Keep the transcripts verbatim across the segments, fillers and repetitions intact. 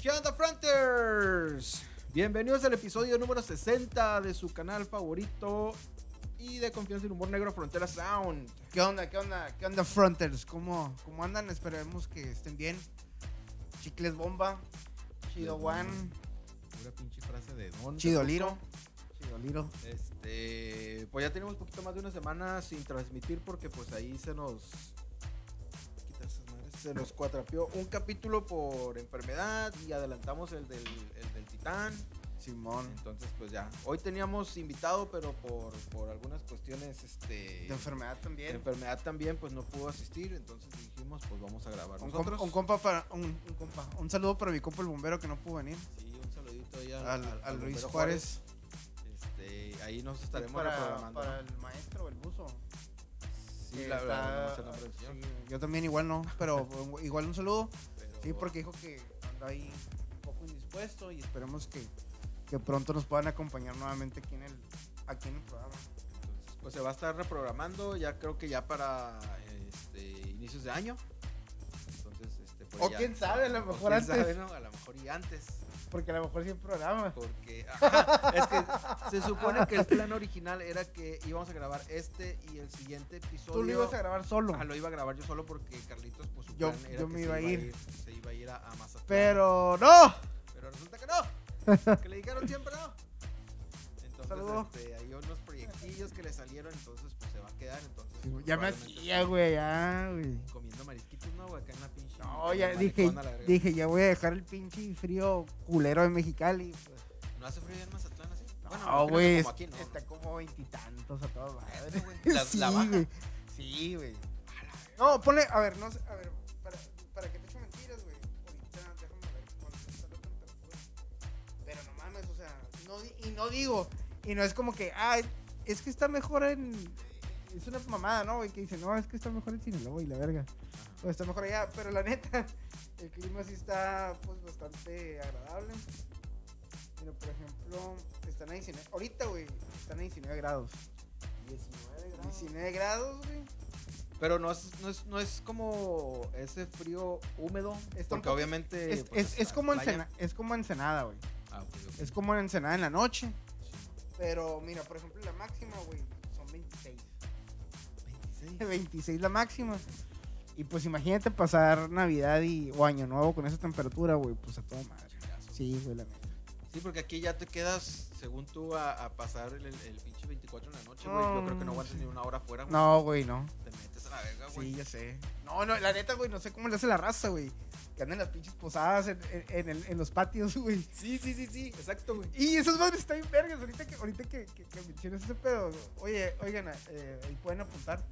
¿Qué onda, Fronters? Bienvenidos al episodio número sesenta de su canal favorito y de confianza y humor negro, Frontera Sound. ¿Qué onda, qué onda, qué onda, Fronters? ¿Cómo, cómo andan? Esperemos que estén bien. Chicles bomba, chido one, Pura pinche frase de don. chido liro, chido liro. Este, pues ya tenemos un poquito más de una semana sin transmitir porque pues ahí se nos... Quita esas madres, se nos cuatrapeó un capítulo por enfermedad y adelantamos el del, el del Titán. Simón. Entonces pues ya, hoy teníamos invitado pero por, por algunas cuestiones este, De enfermedad de también. enfermedad también pues no pudo asistir, entonces dijimos pues vamos a grabar Un nosotros. compa, un compa para, un, un compa, un saludo para mi compa el bombero que no pudo venir. Sí, un saludito ahí al, Al, al- al al Luis bombero Juárez. Este, ahí nos estaremos para, reprogramando. para el maestro, el buzo. Sí, que la está- verdad no sé el nombre del señor. sí, yo también igual no, pero igual un saludo. pero- Sí, porque dijo que anda ahí un poco indispuesto y esperemos que, que pronto nos puedan acompañar nuevamente aquí en el, aquí en el programa. Entonces, pues se va a estar reprogramando, ya creo que ya para este, inicios de año. Entonces, este, pues O ya- quién sabe, a lo o mejor quién antes. sabe, ¿no? A lo mejor y antes. Porque a lo mejor sí hay programa. Porque ajá, es que se supone que el plan original era que íbamos a grabar este y el siguiente episodio. Tú lo ibas a grabar solo. Ah, lo iba a grabar yo solo porque Carlitos, pues su Yo- plan era yo que me se iba a ir. Se iba a ir a, a Mazatlán. Pero no. Pero resulta que no. Que le dijeron siempre no. Entonces, Saludo. este, hay unos proyectillos que le salieron, entonces pues se va a quedar. Entonces, pues, Ya me probablemente hacía, esté güey, ya, güey. comiendo marisquitos, ¿no? Güey, acá en la pinche. No, en ya el dije, malecón a la verga. dije, ya voy a dejar el pinche frío culero de Mexicali. Pues. ¿No hace frío en Mazatlán así? No, me imagino que güey, como aquí, ¿no? está como veintitantos a todas madres. Eso, güey. La- Sí, la baja. güey. Sí, güey. No, ponle, a ver, no sé, a ver, para, para que te eche mentiras, güey. Ahorita déjame ver cuánto está la temperatura. Pero no mames, o sea, no, di- y no digo, y no es como que, ah, es que está mejor en. Es una mamada, ¿no, güey? Que dice, no, es que está mejor en Sinaloa y la verga. O está mejor allá, pero la neta, el clima sí está, pues, bastante agradable. Mira, por ejemplo, están a diecinueve, ahorita, güey, están a diecinueve grados. diecinueve grados. diecinueve grados, güey. Pero no es, no es, no es como ese frío húmedo. Está un Porque poco- obviamente. Es, pues, es, es la como playa. encena, es como Ensenada, güey. Ah, ok, ok. Es como en Ensenada en la noche. Sí, Pero mira, por ejemplo, la máxima, güey, son veintiséis. veintiséis. veintiséis la máxima. Y pues imagínate pasar Navidad y, o Año Nuevo con esa temperatura, güey, pues a toda madre. Sí, güey, la neta. Sí, porque aquí ya te quedas, según tú, a, a pasar el, el, el pinche veinticuatro en la noche, güey. Yo creo que no aguantas sí. ni una hora afuera, güey. No, güey, no. Te metes a la verga, güey. Sí, ya sé. No, no, la neta, güey, no sé cómo le hace la raza, güey. Que andan las pinches posadas en, en, en el- en los patios, güey. Sí, sí, sí, sí, exacto, güey. Y esos madres están bien vergas. Ahorita que, ahorita que, que, que mencionas ese pedo, oye, oigan, eh, ahí pueden apuntar.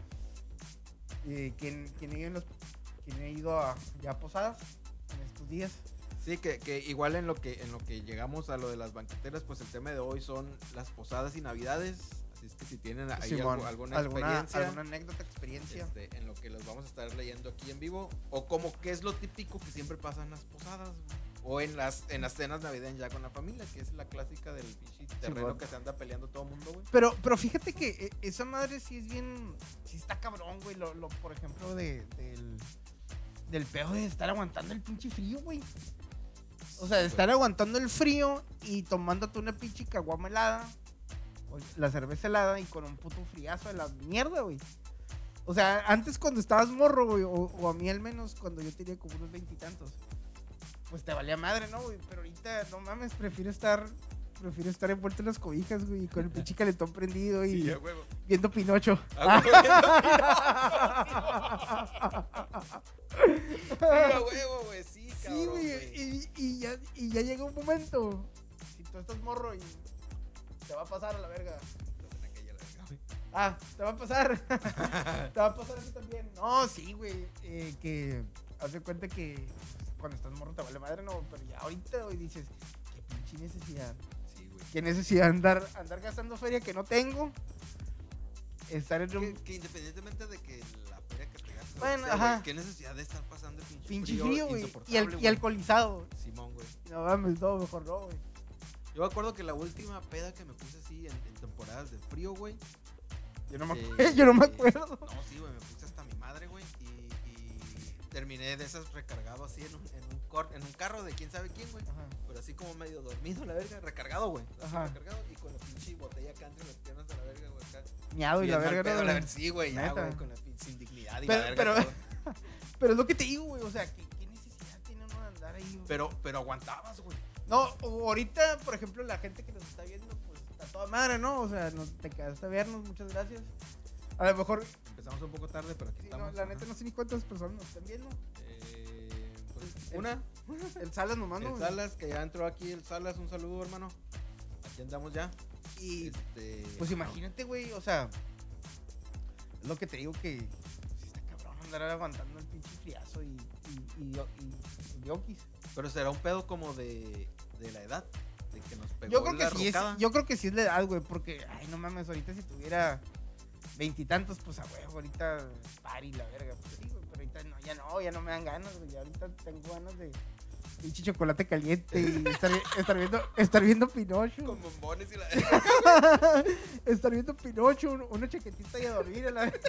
Eh, ¿quién, quién, ha ido en los- quién ha ido a ya a posadas en estos días? Sí, que, que igual en lo que en lo que llegamos a lo de las banqueteras, pues el tema de hoy son las posadas y navidades. Así es que si tienen ahí Simón, algo- alguna, alguna, experiencia, alguna anécdota, experiencia. este, en lo que los vamos a estar leyendo aquí en vivo, o como que es lo típico que siempre pasa en las posadas, güey. O en las en las cenas navideñas ya con la familia, que es la clásica del pinche terreno Simón. que se anda peleando todo el mundo, güey. Pero, pero fíjate que eh, esa madre sí es bien. Sí está cabrón, güey. Lo, lo, por ejemplo, de, del, del pedo de estar aguantando el pinche frío, güey. O sea, de Sí, estar güey. aguantando el frío y tomándote una pinche caguama helada, o la cerveza helada y con un puto friazo de la mierda, güey. O sea, antes cuando estabas morro, güey, o, o a mí al menos cuando yo tenía como unos veintitantos, pues te valía madre, ¿no, güey? Pero ahorita, no mames, prefiero estar, prefiero estar envuelto en las cobijas, güey, con el pinche calentón prendido y Sí, a huevo. viendo Pinocho. A huevo, sí, a huevo, güey, sí, cabrón, Sí, güey, güey. y, y ya, y ya llega un momento, si tú estás morro y te va a pasar a la verga. Estás en aquella larga, güey. Ah, te va a pasar. Te va a pasar a ti también. No, sí, güey, eh, que haz de cuenta que pues, cuando estás morro te vale madre, no, pero ya ahorita, güey, dices, qué pinche necesidad. Sí, güey. Qué necesidad de andar, andar gastando feria que no tengo. Estar en Que, un que independientemente de que la feria que te gastes, Bueno, sea, ajá. güey, qué necesidad de estar pasando el pinche, pinche frío, güey, y, insoportable, al- y güey. alcoholizado. Simón, güey. No mames, no, mejor no, güey. Yo me acuerdo que la última peda que me puse así en, en temporadas de frío, güey. Yo no me eh, acuerdo. Yo no me acuerdo. No, sí, güey, me puse hasta mi madre, güey. Y, y terminé de esas recargado así en un, en un cor- en un carro de quién sabe quién, güey. Ajá. Pero así como medio dormido, la verga, recargado, güey. Así Ajá. recargado y con la pinche botella acá entre las piernas de la verga, güey. Acá. Miado y la Bien mal verga, pedo, ¿no? la verga. Sí, güey, ya, Neta. güey, con la pinche indignidad y Pero- la verga. pero- todo. Pero es lo que te digo, güey. O sea, ¿qué, qué necesidad tiene uno de andar ahí, güey? Pero, pero aguantabas, güey. No, o- ahorita, por ejemplo, la gente que nos está viendo, pues está toda madre, ¿no? O sea, nos, te quedaste a vernos, muchas gracias. A lo mejor, Empezamos un poco tarde, pero aquí sí, no, estamos. la ajá. neta no sé ni cuántas personas nos están viendo. Eh, pues, El- una, El Salas nomás, ¿no? el Salas, que ya entró aquí el Salas, un saludo, hermano. Aquí andamos ya. Y Este, pues imagínate, güey, o sea, es lo que te digo que si está cabrón andar aguantando el pinche friazo y, y, y, y, y yokis. Pero será un pedo como de, de la edad, de que nos pegó Yo creo la que sí es, rocada. yo creo que sí es la edad, güey, porque, ay, no mames, ahorita si tuviera veintitantos, pues a huevo, ahorita pari la verga, pues sí, güey, pero ahorita no, ya no, ya no me dan ganas, güey, ya ahorita tengo ganas de pinche chocolate caliente y estar, estar viendo, estar viendo Pinocho. Con bombones y la... Estar viendo Pinocho, un- una chaquetita y a dormir a la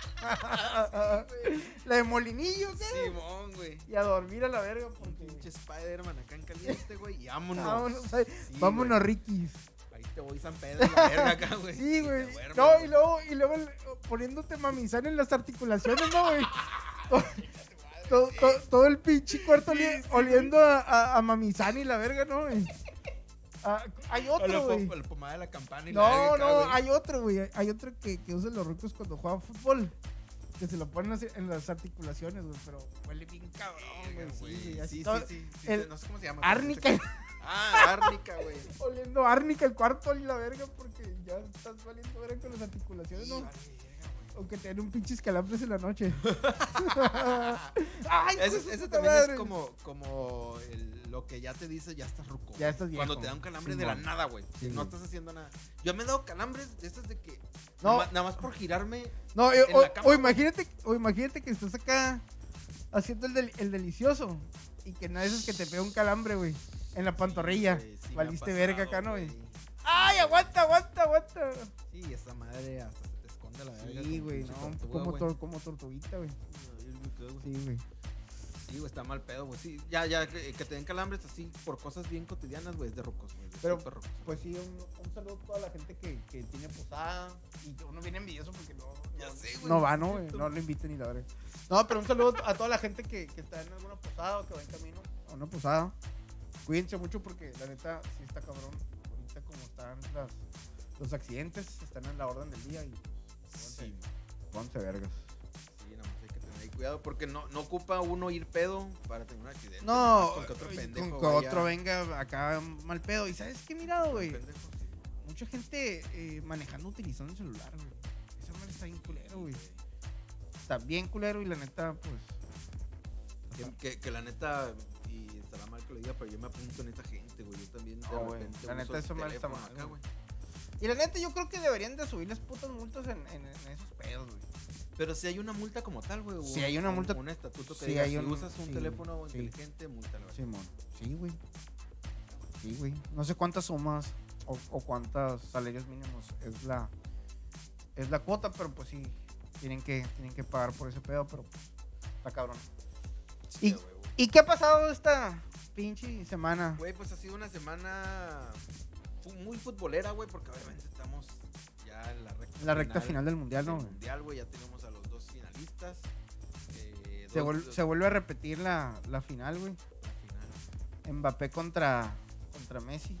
la de Molinillo, ¿qué? Simón, güey. Y a dormir a la verga Un porque pinche Spider-Man acá en caliente, güey. Y vámonos. vámonos, ay, Sí, vámonos güey. Rikis. Ahí te voy San Pedro en la verga acá, güey. Sí, Y güey. te duermes, No, güey. y luego, y luego el- poniéndote mamizán en las articulaciones, ¿no, güey? Todo, todo, todo- todo el pinche cuarto oli- oliendo a, a, a mamizán y la verga, ¿no, güey? Ah, hay O la, otro, po- güey. la pomada de la campana y la No, verga acá, no, güey. hay otro, güey. Hay otro que, que usan los ricos cuando juegan fútbol. Que se lo ponen así en las articulaciones, güey. Pero huele bien cabrón, Verga, güey. güey. Sí, Sí, así sí, todo- sí, sí, el- no sé cómo se llama. Árnica, Ah, árnica, güey. oliendo árnica el cuarto y la verga porque ya estás valiendo verga con las articulaciones, Sí, ¿no? vale, verga, güey. O que te den un pinches calambres en la noche. Ay, Ese, hijo de ese puta también madre. es como, como el- lo que ya te dice, ya estás ruco. Ya estás viejo. Cuando te da un calambre de la Simón. nada, güey. Sí, no güey. estás haciendo nada. Yo me he dado calambres de estos de que. No. Nada, más, nada más por girarme. No, eh, en o, la cama, o imagínate, o imagínate que estás acá haciendo el, del- el delicioso y que no es que te pega un calambre, güey, en la pantorrilla. Sí, güey, sí me ha Valiste verga pasado, acá, ¿no, güey? güey? ¡Ay, aguanta, aguanta, aguanta! Sí, esa madre hasta se te esconde la verga. Sí, como güey, pinche no, tortuga, como, güey. tor- como tortuguita, güey. Ay, güey, qué, güey. Sí, güey. Sí, güey, está mal pedo, güey. Sí, ya, ya, que, que te den calambres así por cosas bien cotidianas, güey, es de rocos, güey. de Pero, súper rocos. Pues sí, un, un saludo a toda la gente que, que tiene posada. Y uno viene envidioso porque no, Ya no, sé, güey, no va, es ¿no, güey? cierto. No lo inviten ni la verga. No, pero un saludo a toda la gente que, que está en alguna posada o que va en camino a una posada. Cuídense mucho porque la neta sí está cabrón. Ahorita como están las, los accidentes, están en la orden del día y Sí, pónganse vergas. sí, nada más hay que tener ahí cuidado porque no, no ocupa uno ir pedo para tener un accidente. No, Con que otro y pendejo con que vaya- otro venga acá mal pedo. ¿Y sabes qué he mirado, güey? pendejo, sí. Mucha gente eh, manejando utilizando el celular, güey. Esa madre está bien culero, güey. Está bien culero y la neta, pues. Que, que, que la neta, y estará mal que lo diga, pero yo me apunto en esa gente, güey. Yo también de No, güey, repente la uso neta, el eso mal está teléfono mal, acá, güey. güey. Y la neta, yo creo que deberían de subir las putas multas en, en, en esos pedos, güey. Pero si hay una multa como tal, güey. Sí un- hay una un- multa- Un estatuto que sí diga, hay si un- usas un sí, teléfono sí. inteligente, multa, güey. Simón. Sí, güey. Sí, güey. No sé cuántas sumas o, o cuántos salarios mínimos es la es la cuota, pero pues sí, tienen que, tienen que pagar por ese pedo, pero pues, está cabrón. Sí, Y- güey, güey. ¿Y qué ha pasado esta pinche semana? Güey, pues ha sido una semana fu- muy futbolera, güey, porque obviamente estamos ya en la recta La recta final del mundial, del ¿no? mundial, güey. Ya tenemos a los dos finalistas. eh, Se, dos- vuel- dos- se vuelve a repetir la, la final, güey. la final. Mbappé contra, contra Messi.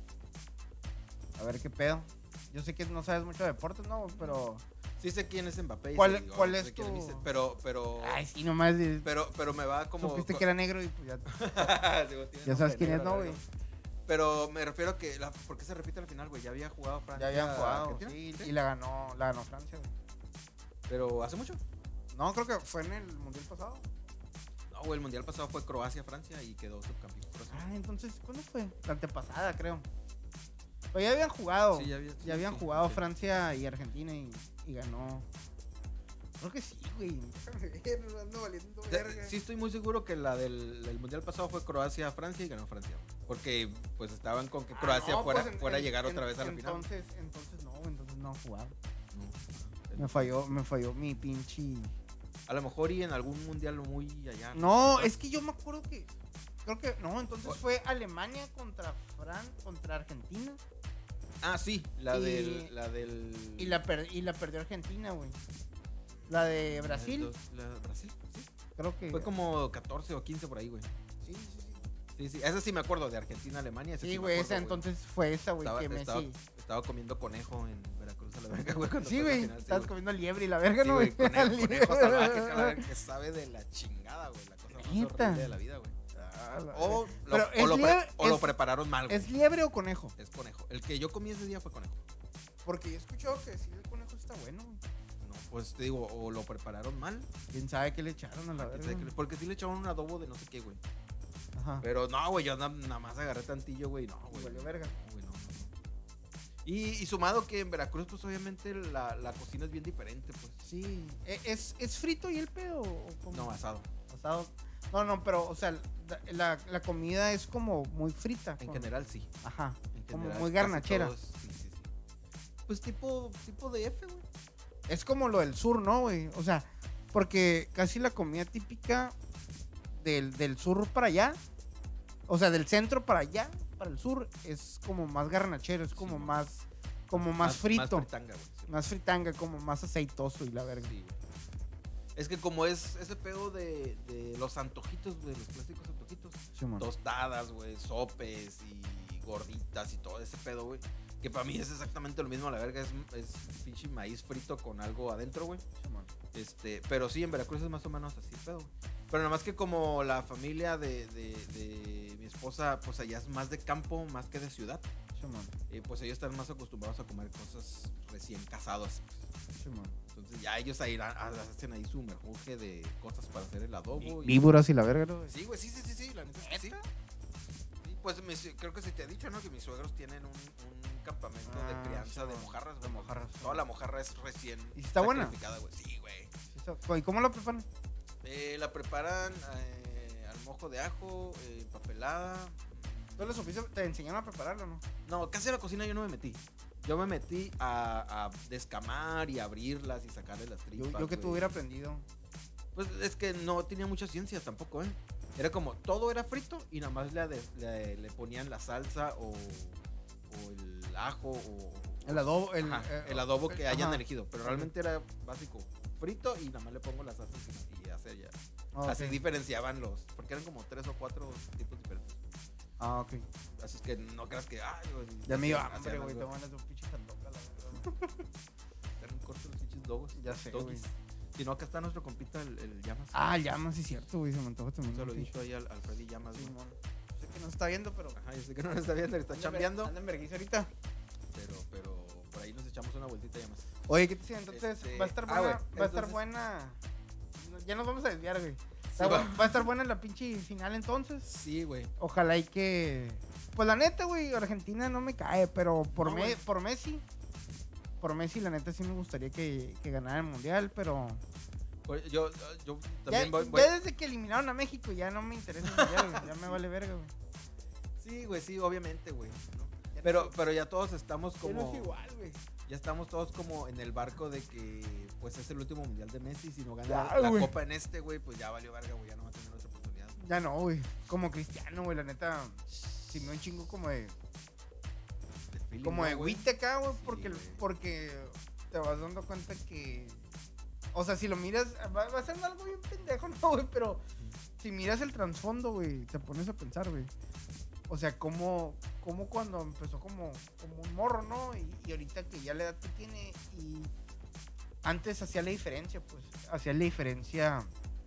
A ver qué pedo. Yo sé que no sabes mucho de deportes, ¿no? Pero. Sí sé quién es Mbappé. y ¿Cuál- sé- cuál sé es quién tu- dice, Pero, pero, Ay, sí, nomás. de- pero, pero me va como... supiste co- que era negro y pues ya. Digo, tiene Ya sabes nombre quién es, negro, ¿no, la güey? verdad. Pero me refiero a que, la, ¿por qué se repite la final, güey? Ya había jugado Francia. Ya habían jugado, Argentina, sí. Y la ganó, la ganó Francia, güey. Pero hace mucho. No, creo que fue en el mundial pasado. No, güey, el mundial pasado fue Croacia-Francia y quedó subcampeón. Croacia. Ah, entonces, ¿cuándo fue? La antepasada, creo. Pero ya habían jugado. Sí, ya había- sí, ya habían sí, jugado sí. Francia y Argentina y, y ganó. Creo que sí, güey. Déjame ver, no ando valiendo De- verga. sí estoy muy seguro que la del el mundial pasado fue Croacia-Francia y ganó Francia. Porque pues estaban con que Ah, Croacia no, fuera, pues, en- fuera a en- llegar otra en- vez a la final. entonces, Entonces no, entonces no han jugado. No. Me falló, me falló mi pinche. A lo mejor y en algún mundial muy allá. No, es que yo me acuerdo que creo que, no, entonces fue Alemania contra Fran, contra Argentina. Ah, sí, la Y- del... La del... Y la, per- y la perdió Argentina, güey. La de Brasil, Dos- La de Brasil, sí. creo que. Fue como catorce o quince por ahí, güey. Sí, sí, sí. Sí, sí, esa sí me acuerdo, de Argentina, Alemania. ese Sí, me güey, acuerdo, esa entonces fue esa, güey, Estaba, que Messi. estaba, estaba comiendo conejo en Veracruz a la verga, güey. cuando Sí, fue esa güey, final, sí, estabas güey. comiendo liebre y la verga, Sí, ¿no, güey, güey? conejo, conejo salvaje, que, a la verga, que sabe de la chingada, güey. La cosa más Neta. horrible de la vida, güey. Ah, la O, verga. lo, Pero o, es lo, pre- liebre- o lo es- prepararon mal, güey. ¿Es liebre o conejo? Es conejo. El que yo comí ese día fue conejo. Porque yo he escuchado que sí, el conejo está bueno, güey. No, pues te digo, o lo prepararon mal. ¿Quién sabe qué le echaron a la quién verga? sabe qué le- Porque sí le echaban un adobo de no sé qué, güey. Ajá. Pero no, güey, yo na- nada más agarré tantillo, güey. No, güey. valió no, verga. No, güey, no, no, no. Y, y sumado que en Veracruz, pues obviamente la, la cocina es bien diferente, pues. Sí. ¿E- ¿Es, es frito y el pedo? ¿O cómo? No, asado. Asado. No, no, pero, o sea, la, la, la comida es como muy frita. En con- general, sí. Ajá. En Como general, muy casi garnachera. todos, sí, sí, sí. Pues tipo, tipo de F, güey. Es como lo del sur, ¿no, güey? O sea, porque casi la comida típica del, del sur para allá, o sea, del centro para allá, para el sur, es como más garnachero, es como Sí, más, como más, frito, Más fritanga, güey. sí. más fritanga, como más aceitoso y la verga. Sí, güey. Es que como es ese pedo de, de los antojitos, güey, los clásicos antojitos. Sí, man. Tostadas, güey, sopes y gorditas y todo ese pedo, güey. Que para mí es exactamente lo mismo, la verga. Es, es pinche maíz frito con algo adentro, güey. Sí, man. Este, pero sí, en Veracruz es más o menos así el pedo. Pero nada más que como la familia de, de, de mi esposa, pues allá es más de campo, más que de ciudad. Sí, man. Y pues ellos están más acostumbrados a comer cosas recién casados. Pues. Sí, man. Entonces ya ellos ahí ha- ha- hacen ahí su merjuje de cosas para hacer el adobo. y- Víboras y la verga, ¿no? Sí, güey, sí, sí, sí, sí, la neta es que sí. Sí, pues mis- creo que sí te he dicho, ¿no? Que mis suegros tienen un, un campamento Ah, de crianza sí, de no. mojarras, De güey. mojarras. Toda la mojarra es recién ¿Y está buena? sacrificada, güey. Sí, güey. Sí, está- ¿Y cómo la preparan? Eh, la preparan eh, al mojo de ajo, eh, papelada. ¿Tú les supiste, te enseñaron a prepararlo, no? No, casi a la cocina yo no me metí. Yo me metí a, a descamar y abrirlas y sacarle las Yo, tripas. yo que tú güey. hubiera aprendido. Pues es que no tenía mucha ciencia tampoco, ¿eh? Era como, todo era frito y nada más le, ade- le, le ponían la salsa o, o el ajo o... El adobo, el, Ajá, eh, el adobo que hayan ajá. elegido. Pero realmente era básico, frito y nada más le pongo la salsa encima y hacer ya. Ah, Así ok. diferenciaban los... Porque eran como tres o cuatro tipos diferentes. Ah, ok. Así es que no creas que... Ay, güey, Ya me dio hacían hambre, güey. Te algo. van a hacer un pinche hotdog a la verga. Eran cortos los pinches dogos. Ya sé, doggies. güey. Si no, acá está nuestro compita, el, el Llamas. Ah, llamas, sí, cierto, güey. Se me antoja Un también. un pinche- saludito ahí al, al Freddy Llamas. Sí, güey. mon. Sé que no está viendo, pero. Ajá, yo sé que no nos está viendo, está anda en ver- chambeando. Anda en vergüenza ahorita. Pero, pero por ahí nos echamos una vueltita Llamas. Oye, ¿qué te decía? Entonces, Este, va a estar ah, buena. güey, va a estar entonces- buena. Ya nos vamos a desviar, güey. Sí, Está va. bu- va a estar buena la pinche final entonces. Sí, güey. Ojalá y que. Pues la neta, güey, Argentina no me cae, pero por, No, me- güey. por Messi. Por Messi, la neta sí me gustaría que, que ganara el mundial, pero. Pues Yo, yo Ya, también voy. ya voy- desde que eliminaron a México ya no me interesa el mundial, güey. Ya me vale verga, güey. Sí, güey, sí, obviamente, güey. ¿no? Ya Pero, no- pero ya todos estamos ya como. no es igual, güey. Ya estamos todos como en el barco de que pues es el último mundial de Messi. Si no gana Ya, la güey. copa en este, güey, pues ya valió verga, güey. Ya no va a tener otra oportunidad. Ya no, güey. Como Cristiano, güey, la neta. Sí me da un chingo como de. De feeling, Como de ¿no, güey? güite acá, güey. Sí, Porque, güey. porque te vas dando cuenta que. O sea, si lo miras. Va, va a ser algo bien pendejo, ¿no, güey? Pero si miras el trasfondo, güey, te pones a pensar, güey. O sea, como, como cuando empezó como, como un morro, ¿no? Y, y ahorita que ya la edad que tiene. Y antes hacía la diferencia, pues. Hacía la diferencia.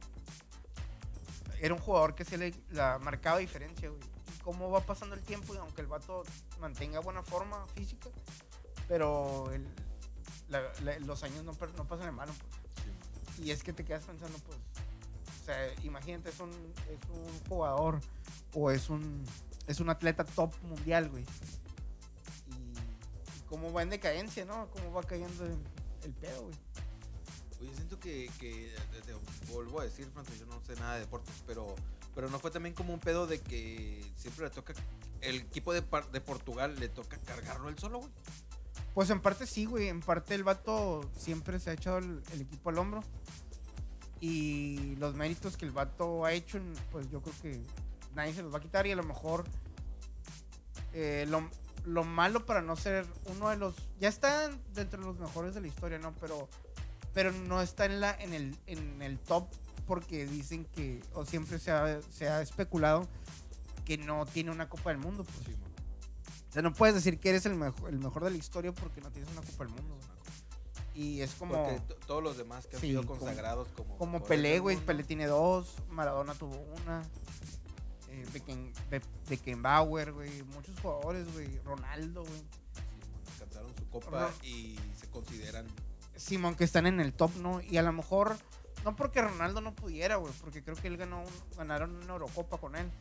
Era un jugador que se le la marcaba diferencia, güey. Y cómo va pasando el tiempo, y aunque el vato mantenga buena forma física, pero el- la- la- los años no, per- no pasan en vano, pues. Sí. Y es que te quedas pensando, pues, o sea, imagínate, es un, es un jugador o es un, es un atleta top mundial, güey. Y, y cómo va en decadencia, ¿no? Cómo va cayendo el, el pedo, güey. Oye, siento que, que te, te vuelvo a decir, Francis, yo no sé nada de deportes, pero, pero no fue también como un pedo de que siempre le toca, el equipo de, par- de Portugal le toca cargarlo él solo, güey. Pues en parte sí, güey. En parte el vato siempre se ha echado el, el equipo al hombro. Y los méritos que el vato ha hecho, pues yo creo que nadie se los va a quitar y a lo mejor eh, lo, lo malo para no ser uno de los... Ya está dentro de los mejores de la historia, ¿no? Pero, pero no está en, la, en, el, en el top porque dicen que, o siempre se ha, se ha especulado que no tiene una Copa del Mundo. Pues. Sí, man. O sea, no puedes decir que eres el mejor, el mejor de la historia porque no tienes una Copa del Mundo. Y es como... Porque t- todos los demás que han Sí, sido como- consagrados como... Como mejores Pelé, del güey. mundo. Pelé tiene dos. Maradona tuvo una. Eh, Becken- Be- Beckenbauer, güey. Muchos jugadores, güey. Ronaldo, güey. Sí, man, alcanzaron su copa Ro- y se consideran... Simón, que están en el top, ¿no? Y a lo mejor, no porque Ronaldo no pudiera, güey. Porque creo que él ganó un- ganaron una Eurocopa con él.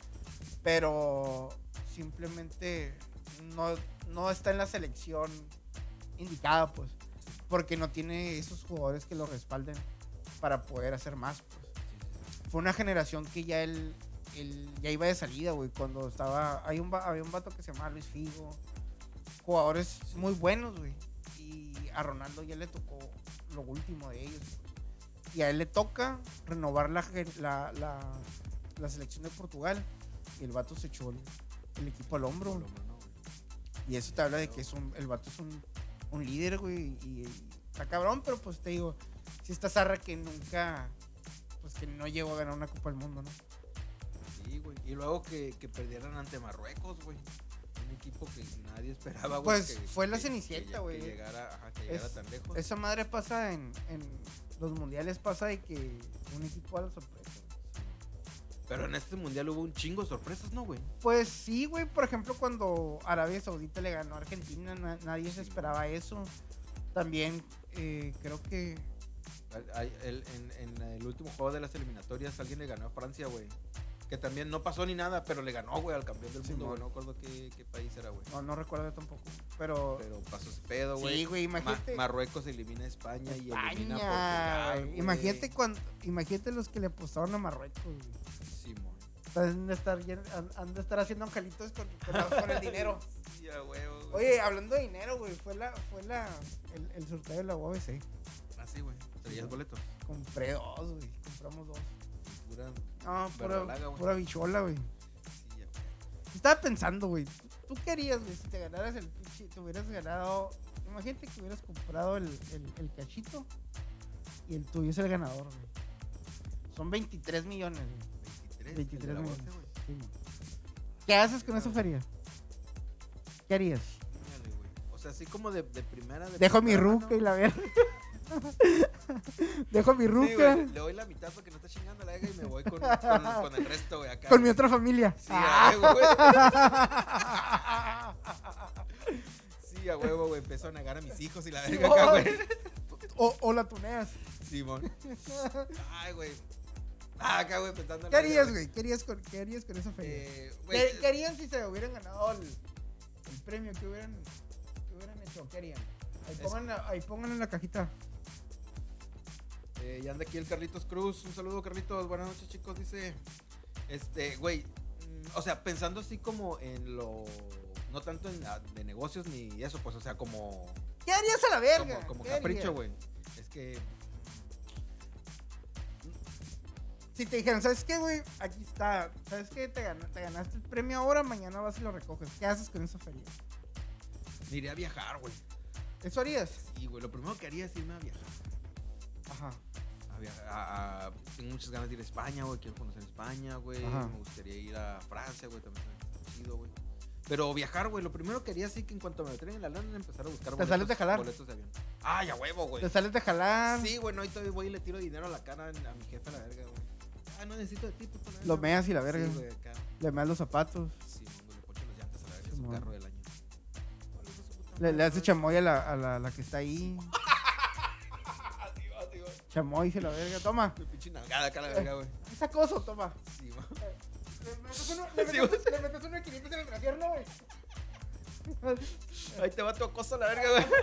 Pero simplemente no, no está en la selección indicada, pues. Porque no tiene esos jugadores que lo respalden para poder hacer más, pues. Fue una generación que ya él, él ya iba de salida, güey. Cuando estaba... Hay un, va- había un vato que se llamaba Luis Figo. Jugadores muy buenos, güey. Y a Ronaldo ya le tocó lo último de ellos, pues. Y a él le toca renovar la, gen- la, la, la selección de Portugal. Y el vato se echó el, el equipo al hombro. Por lo menos, güey. Y eso te habla de que es un, el vato es un, un líder, güey. Y, y está cabrón, pero pues te digo, si esta zarra que nunca, pues que no llegó a ganar una Copa del Mundo, ¿no? Sí, güey. Y luego que, que perdieran ante Marruecos, güey. Un equipo que nadie esperaba, güey. Pues que- fue la que- Cenicienta, que- güey. Que llegara, ajá, que llegara Es- tan lejos. Esa madre pasa en, en los mundiales, pasa de que un equipo a la sorpresa. Pero en este mundial hubo un chingo de sorpresas, ¿no, güey? Pues sí, güey, por ejemplo, cuando Arabia Saudita le ganó a Argentina, na- nadie se Sí, esperaba eso. También eh, creo que... Al- al- el- en, en el último juego de las eliminatorias alguien le ganó a Francia, güey. Que también no pasó ni nada, pero le ganó, güey, al campeón del Sí, mundo, güey. mon. No recuerdo qué, qué país era, güey. No, no recuerdo tampoco, pero... Pero pasó ese pedo, güey. Sí, güey, imagínate... Ma- Marruecos elimina a España, y elimina a España, Portugal, güey. güey. Imagínate cuando, imagínate los que le apostaron a Marruecos, güey. Simón. Han de estar, llen- han, han de estar haciendo angelitos con, con, con el dinero. Sí, a huevo, güey. Oye, hablando de dinero, güey, fue la, fue la, el, el sorteo de la U A B C. Así, güey. Traías boletos. Compré dos, güey, compramos dos. Pura... No, pura, Verdolaga, güey. pura bichola, güey. Sí, ya, güey. Estaba pensando, güey, ¿tú, tú qué harías, güey, si te ganaras el pinche, te hubieras ganado, imagínate que hubieras comprado el, el, el cachito y el tuyo es el ganador, güey. Son veintitrés millones, güey. veintitrés. veintitrés el de la millones. bolsa, güey. Sí, man. ¿Qué haces con esa feria? ¿Qué harías? Órale, güey. O sea, así como de, de primera. De Dejo mi primera ruca mano. y la verga. Dejo mi Sí, ruca güey, le doy la mitad para que no esté chingando la verga y me voy con, con, con el resto, güey, acá. con mi güey. otra familia. Sí, a huevo, güey. Sí, a huevo, güey. Empezó a negar a mis hijos y la verga acá, güey. o, o la tuneas. Simón. Ay, güey. Ah, acá, güey, pensando. en ¿Qué la harías, verga, güey? ¿Qué harías con, qué harías con esa feria? Eh, güey. ¿Qué, qué harían si se hubieran ganado el, el premio? ¿Qué hubieran, qué hubieran hecho? ¿Qué harían? Ahí Es- pongan, ahí pongan en la cajita. Eh, ya anda aquí el Carlitos Cruz. Un saludo, Carlitos. Buenas noches, chicos. Dice. Este, güey. mm, O sea, pensando así como en lo. No tanto en ah, de negocios ni eso, pues, o sea, como. ¿Qué harías a la verga? Como, como ¿Qué capricho, harías? güey. Es que. Si te dijeran, ¿sabes qué, güey? Aquí está. ¿Sabes qué? Te, gana- te ganaste el premio ahora, mañana vas y lo recoges. ¿Qué haces con esa feria? Me iría a viajar, güey. ¿Eso harías? Y, güey, lo primero que haría es irme a viajar. Ajá. A viajar a- a- tengo muchas ganas de ir a España, güey. Quiero conocer España, güey. Ajá. Me gustaría ir a Francia, güey. También está chido, güey. Pero viajar, güey. Lo primero que haría sí que en cuanto me traigan la lana, empezar a buscar ¿Te sales de jalar? boletos de avión. ¡Ay, a huevo, güey! Te sales de jalar, Sí, güey. No, y todavía voy y le tiro dinero a la cara a mi jefe a la verga, güey. Ah, no necesito de ti, puto. la lo verga, meas y la güey. verga. Sí, güey, acá. Le meas los zapatos. Sí, güey, le poncho las llantas a la verga. Es Sí, su mon. carro del año. Hola, hijo de su puta Le, le madre, hace güey. chamoy a la, a la, la que está ahí. Adiós, adiós. Chamoy se la verga. Toma. Mi pinche nalgada acá a la verga, güey. Es acoso, toma. Sí, güey. Le metes uno, le Sí, metes, le metes uno de quinientos en el trasierno, güey. Ahí te va tu acoso a la verga, güey.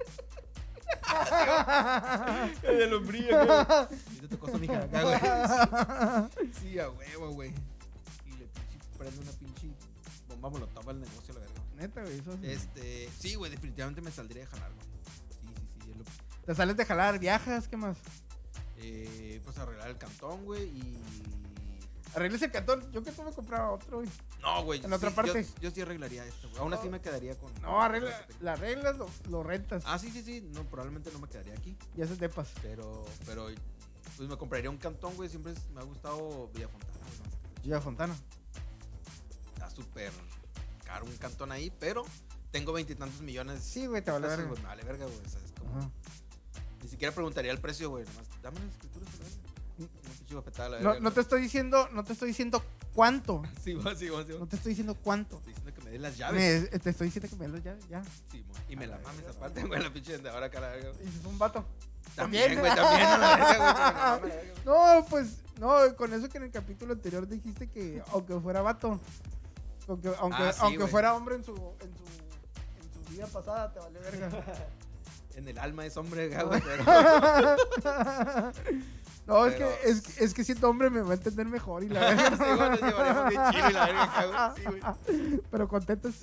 El de lombría, güey. Y te tocó mi hija acá, güey. Sí, a huevo, güey. Y le pinche prende una pinche bomba molotov al negocio, la verga. Neta, güey. Eso sí. Este, sí, güey, definitivamente me saldría de jalar, güey. Sí, sí, sí. es lo- Te sales de jalar, viajas, ¿qué más? eh, pues arreglar el cantón, güey, y... Arregles el cantón. Yo que tú me compraba otro, güey. No, güey. En otra sí, parte. Yo, yo sí arreglaría esto, güey. Aún así me quedaría con. No, arregla, la arreglas, lo, lo rentas. Ah, sí, sí, sí. No, probablemente no me quedaría aquí. Y haces depas. Pero, pero, pues me compraría un cantón, güey. Siempre es- me ha gustado Villafontana, güey. más que- Villa Fontana. Está súper caro un cantón ahí, pero tengo veintitantos millones. Sí, güey, te vale pesos, verga. güey, me vale verga, güey. O sea, es como. Ajá. Ni siquiera preguntaría el precio, güey. Nomás, dame las escrituras, a la verga. Una pinche bofetada a la No, verga, no güey. te estoy diciendo, no te estoy diciendo cuánto. Sí, va, sí, va, sí, va. No te estoy diciendo cuánto. Estoy diciendo que me des las llaves. Me- te estoy diciendo que me des las llaves, ya. Sí, mo. Y me la A la mames verga, aparte, güey, la pinche vendedora acá, la verga. Y si es un vato. También, güey, también, a la verga, güey. que me la mame la verga, güey. No, pues, no, con eso que en el capítulo anterior dijiste que aunque fuera vato, aunque, aunque, Ah, sí, aunque güey. fuera hombre en su, en su, en su vida pasada, te vale verga. En el alma es hombre, güey, pero. No, es, Pero- que, es, que- es que siendo hombre me va a entender mejor y la Sí, verga. güey, nos llevaríamos bien chido y la verga acá, güey. Sí, güey. Pero contentos.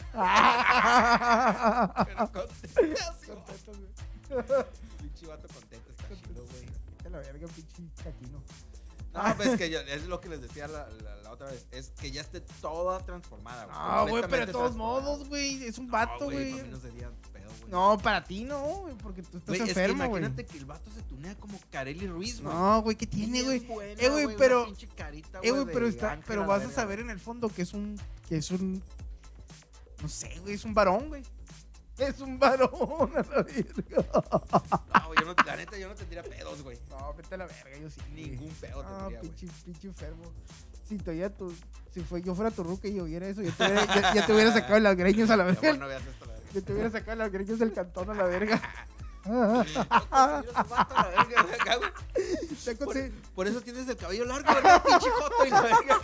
Pero contento, sí, güey. Contentos, güey. Pinche vato contento, está chido, güey. Vete a la verga, pinche caquino. No, pues que yo, es lo que les decía la, la, la otra vez. Es que ya esté toda transformada, güey. No, güey, pero de completamente todos transformada. modos, güey, es un No, vato, Para mí güey. no sería pedo, güey. No, para ti no, güey, porque tú estás Güey, es que enfermo, güey. imagínate que el vato se tunea como Kareli Ruiz, güey. No, güey, ¿qué tiene, Bien güey? buena, Eh, güey, una pero- pinche carita, Eh, güey, de pero está, ángel pero la vas a verga, saber en el fondo que es un, que es un, no sé, güey, es un varón, güey. Es un varón, a la verga. No, güey, yo no, la neta, yo no tendría pedos, güey. No, vete a la verga, yo sí. güey. Ningún pedo Ah, tendría, güey. pinche, pinche enfermo. Si todavía tu, si fue, yo fuera tu ruca y yo viera eso, yo te hubiera, ya, ya te hubiera sacado las greñas a la Ya, verga. bueno, no veas esto, la verga. Yo te hubiera sacado las greñas del cantón a la verga. No considero ese vato, la verga, güey, acá, güey. Ya Por, conse- por eso tienes el cabello largo, ¿verdad? Pinche joto y la verga.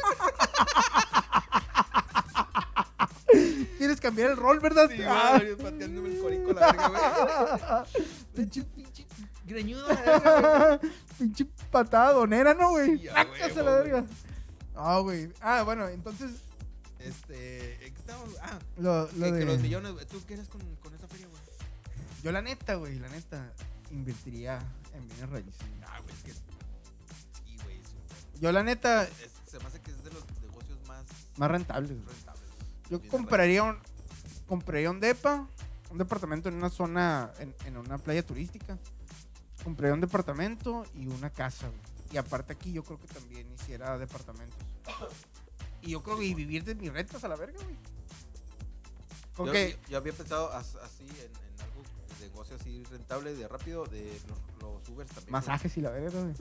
¿Quieres cambiar el rol, verdad? Sí, Ah. güey, pateándome el corico, la verga, güey. Pinche, pinche greñudo, la verga, güey. Pinche patada donera, ¿no, güey? Sí, a Sácase huevo, la güey. verga. Ah, güey. Ah, bueno, entonces, Este, ¿en qué estábamos? Ah, lo, que, lo que los de... millones, güey. ¿Tú qué eres con, con esa feria, güey? Yo la neta, güey, la neta, invertiría en bienes raíces. Ah, güey, es que. Sí, güey, súper. Yo la neta, Es- se me hace que es de los negocios más más rentables, güey. rentables. Yo Bien compraría un, compraría un depa, un departamento en una zona, en, en una playa turística. Compraría un departamento y una casa, güey. Y aparte aquí yo creo que también hiciera departamentos. Y yo creo que y vivir de mis rentas a la verga, güey. Con Yo, que, yo- yo había pensado as- así en, en algo de negocio así rentable, de rápido, de los, los Ubers también. güey. masajes y la verga, güey.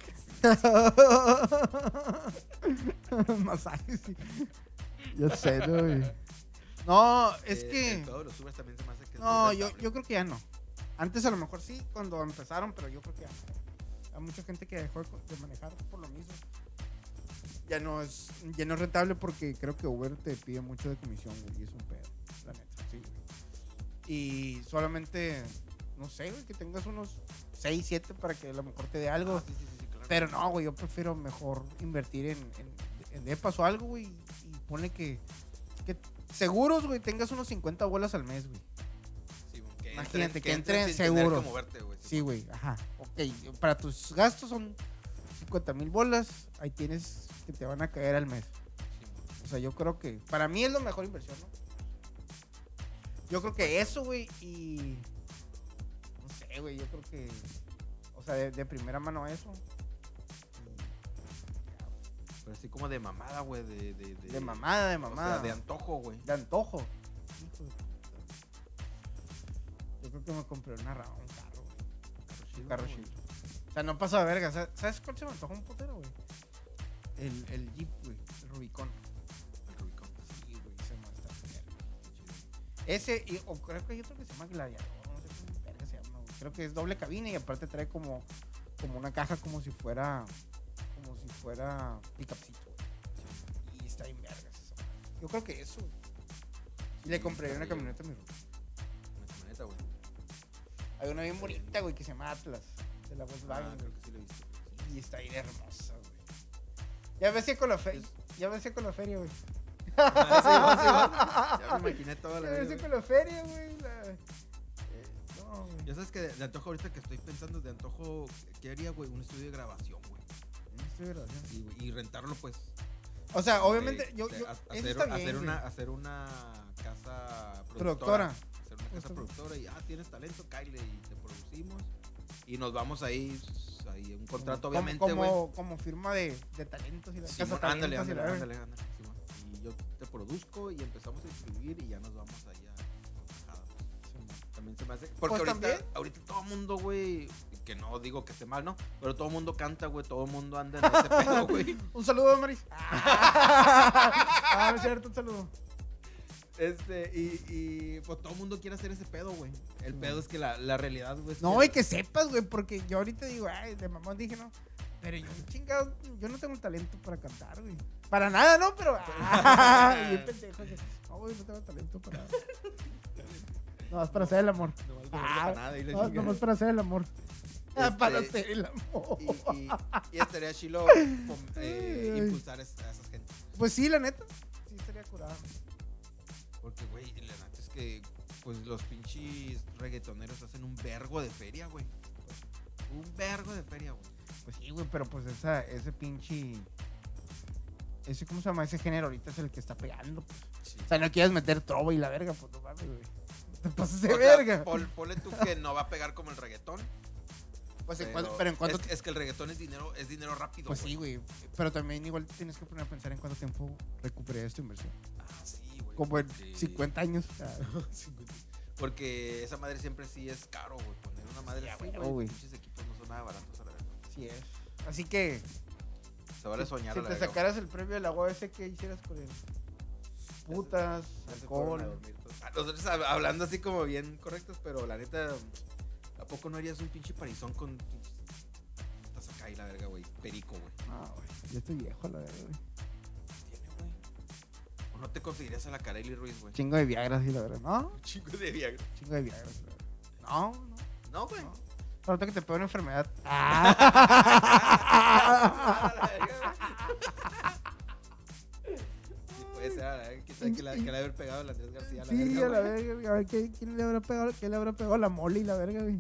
Masajes, sí. Yo sé, ¿no, güey? No, es Eh, que... en todos los Ubers también se me hace que es No, muy yo, rentable. yo creo que ya no. Antes a lo mejor sí, cuando empezaron, pero yo creo que ya no. Hay mucha gente que dejó de, de manejar por lo mismo. Ya no es ya no es rentable porque creo que Uber te pide mucho de comisión, güey, y es un pedo, la neta, sí, güey. Y solamente, no sé, güey, que tengas unos seis, siete para que a lo mejor te dé algo. Ah, sí, sí, sí, sí, claro. Pero no, güey, yo prefiero mejor invertir en, en, en depas o algo, güey, y pone que, que seguros, güey, tengas unos cincuenta bolas al mes, güey. Sí, güey, que Imagínate, entren- que entren sin tener seguros. que moverte, güey. Sí, güey, ajá. Ok, para tus gastos son cincuenta mil bolas, ahí tienes que te van a caer al mes. Sí, güey. O sea, yo creo que para mí es la mejor inversión, ¿no? Yo creo que eso, güey, y... No sé, güey, yo creo que... O sea, de, de primera mano eso. Pero así como de mamada, güey, de, de, de... De mamada, de o mamada. sea, de antojo, güey. De antojo. Hijo de puta. Yo creo que me compré una ra- un carro, güey. Un carro güey. chido. O sea, no pasa de verga. ¿Sabes- ¿Sabes cuál se me antojó un putero, güey? El, el Jeep, güey. El Rubicon. El Rubicon. Sí, güey. Se me está verga. Ese, y, o creo que hay otro que se llama Gladiador. No sé cómo verga se llama, güey. Creo que es doble cabina y aparte trae como, como una caja como si fuera. Como si fuera pickupcito, güey. Y está bien vergas eso. Yo creo que eso, güey. Y le Sí, compraría está una bien. camioneta a mi ruca. Una camioneta, güey. Hay una bien bonita, güey, que se llama Atlas. De la Volkswagen, Ah, güey. creo que sí lo he visto. creo que sí. Y está bien hermosa, güey. Ya ves que con la feria. Ya ves que con la feria, güey. Ah, sí, va, sí, va. Ya me imaginé toda la Ya ves vida, que güey. con la feria, güey. La... eh, no, güey. Ya sabes que de, de antojo ahorita que estoy pensando de antojo, ¿qué haría, güey? Un estudio de grabación, güey. Un estudio de grabación. Y, güey, y rentarlo, pues. O sea, obviamente, de- yo, de yo hacer, eso está bien, hacer, güey. una, hacer una casa Productora. productora. Hacer una casa Está bien. productora y, ah, tienes talento, Kyle, y te producimos. Y nos vamos ahí, pues, ahí un contrato, Como- obviamente, como, güey. como firma de, de talentos y la Simón, casa ándale, talentos y la ándale, verga. ándale, ándale, Simón. Y yo te produzco y empezamos a distribuir y ya nos vamos allá a Bajada, pues. También se me hace. Porque Pues ahorita, también. ahorita todo el mundo, güey, que no digo que esté mal, ¿no? Pero todo el mundo canta, güey, todo el mundo anda en ese pedo, güey. Un saludo, Maris. Ah, no es cierto, un saludo. Este, y, y pues todo el mundo quiere hacer ese pedo, güey. El Sí, pedo man. es que la, la realidad, güey. es No, y que sepas, güey, porque yo ahorita digo, ay, de mamón dije, no. Pero yo, chingado, yo no tengo talento para cantar, güey. Para nada, ¿no? Pero, ah, bien pendejo. que, No, güey, no tengo talento para... No, es para hacer el amor. No vale Ah, para nada. Y la No, chingada. nomás para hacer el amor. Ah, Este, para hacer el amor. Y, y, y estaría chilo pom- eh, Ay. impulsar es- a esas gente. Pues sí, la neta. Sí, estaría curado. Porque, güey, la neta es que pues los pinches reggaetoneros hacen un vergo de feria, güey. Un vergo de feria, güey. Pues sí, güey, pero pues esa, ese pinche... Ese, ¿cómo se llama? Ese género ahorita es el que está pegando, pues. Sí. O sea, no quieres meter trova y la verga, pues no mames, güey. No te pases de O sea, verga. pon- ponle tú que no va a pegar como el reggaetón. Pues en Pero, cuanto, pero en cuanto... es, es que el reggaetón es dinero, es dinero rápido, Pues güey. sí, güey. Pero también igual tienes que poner a pensar en cuánto tiempo recuperé esta inversión. Ah, sí, güey. Como en porque- cincuenta años. O sea, cincuenta. Porque esa madre siempre sí es caro, güey. Poner una madre Sí, así, güey, güey. güey. Pinches equipos no son nada baratos a la verdad. así es. Así que, Se vale si, soñar si a la te verga, sacaras el premio de la U A S, ¿qué hicieras con él? Putas, Ya se fueron a alcohol. dormir todos. Ah, nosotros hab- hablando así como bien correctos, pero la neta, ¿a poco no harías un pinche parizón con pinches putas acá y la verga, güey? Perico, güey. No, güey. Yo estoy viejo, la verdad, güey. Tiene, güey. ¿O no te conseguirías a la Kareli Ruiz, güey? Chingo de Viagra, sí, la verdad. ¿No? Un chingo de Viagra. Chingo de Viagra, sí, la verdad. No, no. No, güey. No. Ahorita que te pega una enfermedad. Sí, puede ser, a la verga. Quién sabe que la- que le haber pegado a la Andrés García. a la Sí, verga, a la güey. verga, güey. A ver, ¿qué- ¿quién le habrá pegado, ¿qué le habrá pegado a la mole y la verga, güey?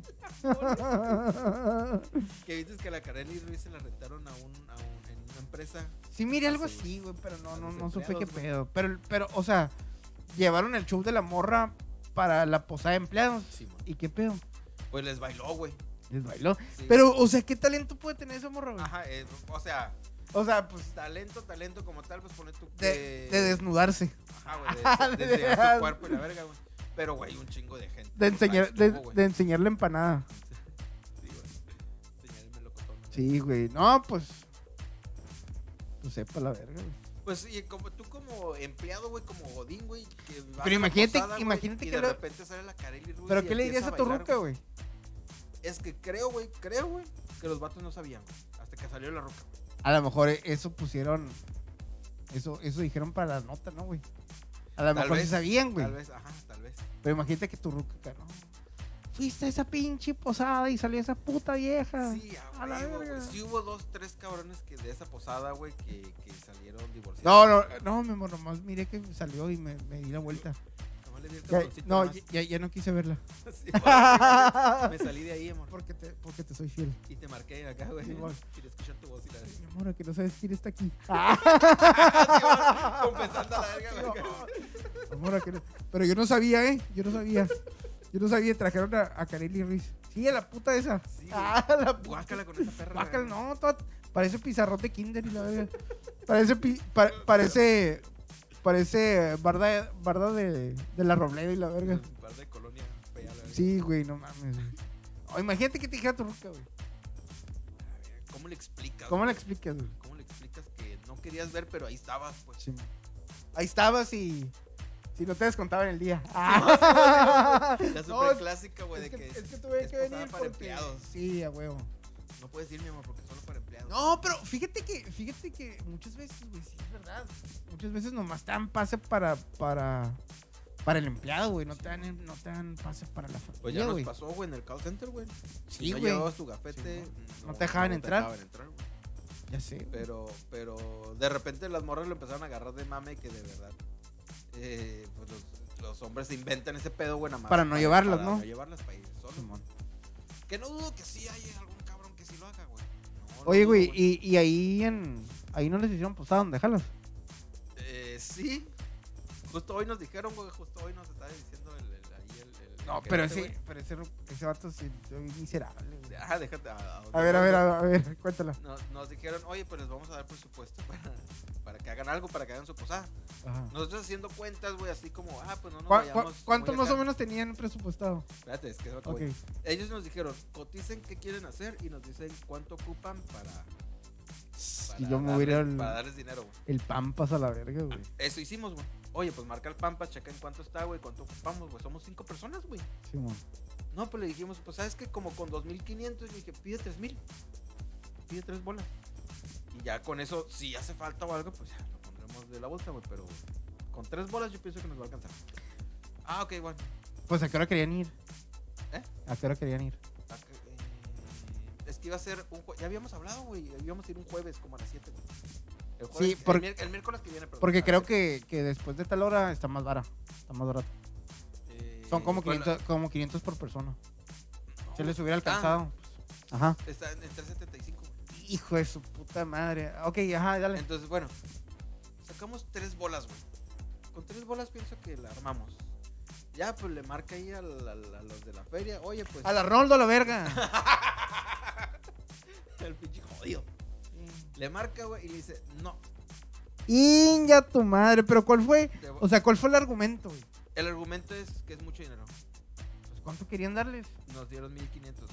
Que viste que a la Kareli Ruiz se la rentaron a un, a un, en una empresa. Sí, mire, algo A sus- así, güey, pero no, a no, sus no supe qué empleados, güey. pedo. Pero, pero, o sea, llevaron el show de la morra para la posada de empleados. Sí, man. ¿Y qué pedo? Pues les bailó, güey. Les bailó. Sí. Pero, o sea, ¿qué talento puede tener esa morra, güey? Ajá, eh, o sea, O sea, pues, talento, talento como tal, pues pone tú de, que... de desnudarse. Ajá, güey, de, de, de enseñar su cuerpo y la verga, güey. Pero, güey, un chingo de gente. De enseñar, Ahí de, estuvo, güey. de enseñar la empanada. Sí, güey. Enseñar el melocotón. Sí, güey. No, pues. Pues sepa la verga, güey. Pues, y como, tú como empleado, güey, como godín, güey, que vas Pero a la imagínate- posada, güey, imagínate y que de lo- repente sale la Kareli Ruiz Pero y ¿qué le empieza dirías a tu bailar, ruca, güey? Es que creo, güey, creo, güey, que los vatos no sabían, güey, hasta que salió la ruca. A lo mejor eso pusieron. Eso, eso dijeron para la nota, ¿no, güey? A lo Tal mejor sí vez, sabían, güey. Tal vez, ajá, tal vez. Pero imagínate que tu ruca, acá, ¿no? Fuiste a esa pinche posada y salió esa puta vieja. Sí, a a la huevo, verga. güey. Sí hubo dos, tres cabrones que de esa posada, güey, que, que salieron divorciados. No, no, no, mi amor, nomás miré que salió y me, me di la vuelta. Nomás le di el Ya- calzoncito no, nomás. ya, ya no quise verla. Sí, güey, me salí de ahí, amor. Porque te, porque te soy fiel. Y te marqué acá, güey. Sí, güey. Quería escuchar tu voz y la verga. Mi amor, que no sabes quién está aquí. Sí, güey, compensando a la verga, güey. Amor, que no- Pero yo no sabía, ¿eh? Yo no sabía. Yo no sabía, trajeron a, a Kareli Ruiz. Sí, a la puta esa. Sí, güey. Ah, la puta. Guácala con esa perra. Guácala, güey. no, toda- parece pizarrón de kinder y la verga. Parece, pi- pa- parece, parece barda, de- barda de, de la Robledo y la verga. Un par de colonia fea, la verga. Sí, güey, no mames, güey. Oh, imagínate que te dijera tu ruca, güey. ¿Cómo le explicas? ¿Cómo le güey? explicas, güey? ¿Cómo le explicas que no querías ver, pero ahí estabas, pues? Sí. Ahí estabas y... Si no te descontaban el día. La No, super es- clásica, güey, es, de que, que es que tuve es que posada venir para porque... empleados. Sí, a huevo. No puedes ir, mi amor, porque solo para empleados. No, pero fíjate que, fíjate que muchas veces, güey, sí es verdad. Muchas veces nomás te dan pase para, para, para el empleado, güey. No te dan, no te dan pase para la familia, Pues ya nos güey. pasó, güey, en el call center, güey. Sí, no güey. llevabas tu gafete. No te dejaban entrar. dejaban entrar, güey. Ya sé. güey. Pero, pero de repente las morras lo empezaron a agarrar de mame que de verdad. Eh, pues los, los hombres se inventan ese pedo, güey, nada más. Para no llevarlas, para ¿no? no llevarlas para ir solo. Simón. Que no dudo que sí hay algún cabrón que sí lo haga, güey. No lo Oye, dudo, güey, y, y ahí en... Ahí no les hicieron posada, déjalas. Eh, sí. Justo hoy nos dijeron, güey, justo hoy nos estaba diciendo el, el, ahí el, el No, el pero gerente, ese, pero ese, ese vato sí, soy miserable, güey. güey. Ah, déjate. A, A ver, a ver, a, a ver, cuéntala. Nos, nos dijeron, oye, pues les vamos a dar presupuesto para, para que hagan algo, para que hagan su posada. Ajá. Nosotros haciendo cuentas, güey, así como, ah, pues no nos ¿Cuá- vayamos. cuá- ¿Cuánto muy más acá. o menos tenían presupuestado? Espérate, es que es lo que Ok. voy. Ellos nos dijeron, coticen qué quieren hacer y nos dicen cuánto ocupan para. para Y yo me darles- hubiera el, Para darles dinero, güey. el pampas a la verga, güey. Eso hicimos, güey. Oye, pues marca el Pampas, checa en cuánto está, güey, cuánto ocupamos, güey. Somos cinco personas, güey. Sí, mon. No, pues le dijimos, pues sabes que como con dos mil quinientos, le dije, pide tres mil. Pide tres bolas. Y ya con eso, si hace falta o algo, pues ya lo pondremos de la bolsa, güey. Pero con tres bolas yo pienso que nos va a alcanzar. Ah, ok, bueno. Pues a qué hora querían ir. ¿Eh? ¿A qué hora querían ir? Ah, que, eh, es que iba a ser un jueves. Ya habíamos hablado, güey. Íbamos a ir un jueves como a las siete, güey. El jueves, Sí, por- el, mier- el miércoles que viene, perdón. Porque a creo las siete. que, que después de tal hora está más barato. Está más barato. Eh, Son como bueno, quinientos, como quinientos por persona. no, Se les hubiera está- alcanzado. pues, Ajá. Está en, en trescientos setenta y cinco, güey. Hijo de su puta madre. Ok, ajá, dale. Entonces, bueno, sacamos tres bolas, güey. Con tres bolas pienso que la armamos. Ya, pues le marca ahí al- al- a, los de la feria. Oye, pues. A la Roldo a la verga. El pinche jodido. Le marca, güey, y le dice, no. Inga tu madre. Pero ¿cuál fue? te voy- O sea, ¿cuál fue el argumento, güey? el argumento es que es mucho dinero. Pues ¿cuánto querían darles? Nos dieron mil quinientos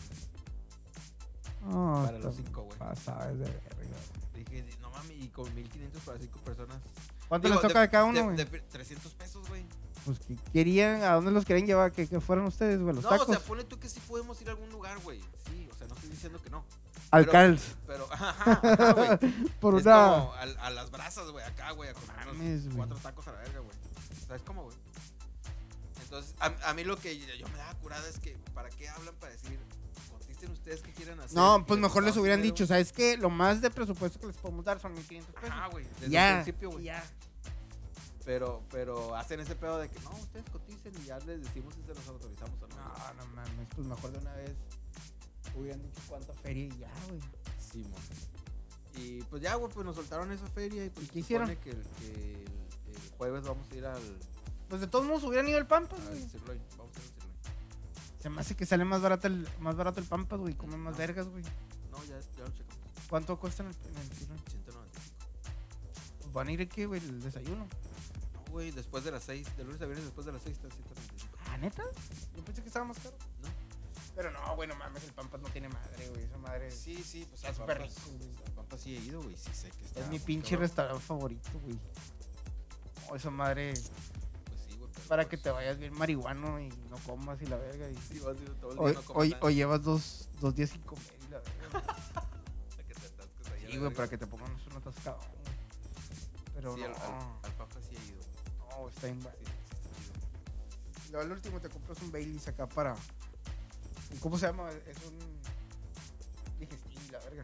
Oh, para los está cinco, güey. pasado de verga. Dije, no mames, y con mil quinientos para cinco personas. ¿Cuánto Digo, les toca de- a cada uno, de- güey? de- trescientos pesos, güey. Pues que querían, ¿a dónde los querían llevar? Que, que fueran ustedes, güey, los No, tacos. o sea, ponle tú que sí podemos ir a algún lugar, güey. Sí, o sea, no estoy diciendo que no. Al pero- Carl's. Pero, ajá, ajá, güey. Por Es una. como a, a las brasas, güey, acá, güey, a comer unos Mames, güey. cuatro tacos a la verga, güey. ¿Sabes cómo, güey? Entonces, a, a mí lo que yo, yo me daba curada es que, ¿para qué hablan para decir, coticen ustedes qué quieren hacer? No, y pues mejor les damos hubieran dinero? dicho, ¿sabes qué? Lo más de presupuesto que les podemos dar son mil quinientos pesos. Ajá, güey, desde ya, el principio, güey. ya. Pero, pero hacen ese pedo de que, no, ustedes coticen y ya les decimos si se los autorizamos o no. No, no mames, pues mejor de una vez hubieran dicho cuánta feria y ya, güey. Sí, mon. Y pues ya, güey, pues nos soltaron esa feria y pues ¿Y qué se supone hicieron? que, el, que el, el jueves vamos a ir al, Pues de todos modos hubieran ido al Pampas, al güey. sirloin. Vamos a ir al sirloin. Se me hace que sale más barato el, más barato el Pampas, güey. Comen más No. vergas, güey. No, ya, ya lo checamos. ¿Cuánto cuesta en el, en el Sirloin? ciento noventa y cinco. Pues van a ir aquí, güey, el desayuno. No, güey, después de las seis, de lunes a viernes después de las seis está en ciento noventa y cinco. ¿Ah, neta? Yo pensé que estaba más caro. ¿No? Pero no, güey, no mames, el Pampas no tiene madre, güey. Esa madre es, Sí, sí, pues está al súper Pampas- rico, güey. al Pampas sí he ido, güey, sí sé que está. Es mi muy pinche cabrón. restaurante favorito, güey. Oh, esa madre, Pues sí, güey. pero para pues, que te vayas bien marihuano y no comas y la verga. Y... Sí, vas a ir todo el O, día, no comes o- nada. o llevas dos, dos días sin comer y la verga. Para que te atasques ahí a Sí, la güey, verga. para que te pongan un atascado. güey. Pero Sí, no, al, al, al Pampas sí he ido. no, está bien. Sí, sí está chido. Luego al último te compras un Baileys acá para... ¿Cómo se llama? Es un... Digestín, la verga.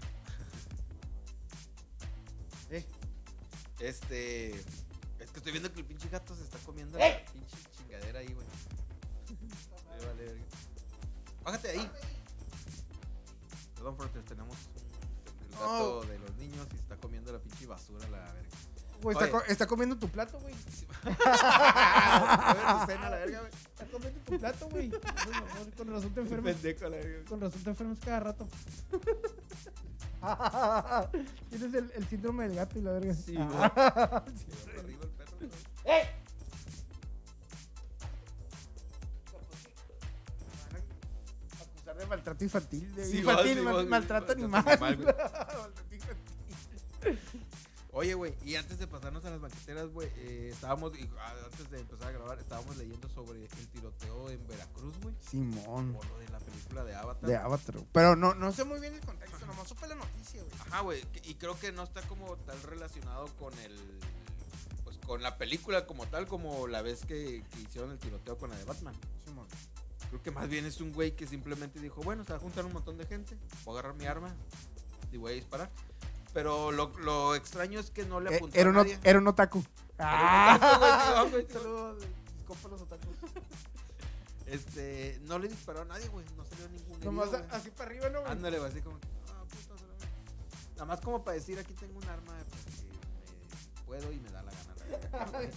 Eh, Este. Es que estoy viendo que el pinche gato se está comiendo ¡Eh! la pinche chingadera ahí, güey. Ahí vale, verga. Bájate de ahí. Perdón, Fortes, tenemos un, el gato de los niños y se está comiendo la pinche basura, la verga. güey, está, Oye. co- está comiendo tu plato, güey. Sí. A ver, tu cena, la verga, güey. Está comiendo tu plato, güey. Eso es mejor, con razón te enfermas. Pendejo, la verga. Con razón te enfermas cada rato. Tienes el, el síndrome del gato y la verga. Sí, güey. Ah. Lleva para arriba el perro, güey. ¡Eh! Acusar de maltrato infantil. De Sí, infantil, vos, sí, mal- vos, maltrato güey, animal. maltrato animal, güey. Maltrato infantil. Oye, güey, y antes de pasarnos a las banqueteras, güey, eh, estábamos, y, ah, antes de empezar a grabar, estábamos leyendo sobre el tiroteo en Veracruz, güey. Simón. Por lo de la película de Avatar. De Avatar. Pero no, no sé muy bien el contexto, nomás supe la noticia, güey. Ajá, güey, que- y creo que no está como tal relacionado con el, pues con la película como tal, como la vez que, que hicieron el tiroteo con la de Batman. Simón. Creo que más bien es un güey que simplemente dijo, bueno, se va a juntar un montón de gente, voy a agarrar mi arma y voy a disparar. Pero lo, lo extraño es que no le Eh, apuntó era, a un, nadie. era un otaku. Era un otaku, güey, sí, güey, sí, güey. Saludos, compa los otakus. Este, no le disparó a nadie, güey, no salió ningún herido, Nomás güey. a- así para arriba, ¿no, güey? Ándale, güey, así como que, ah, puta, se la verga. Nada más como para decir, aquí tengo un arma porque me puedo y me da la gana. La verdad.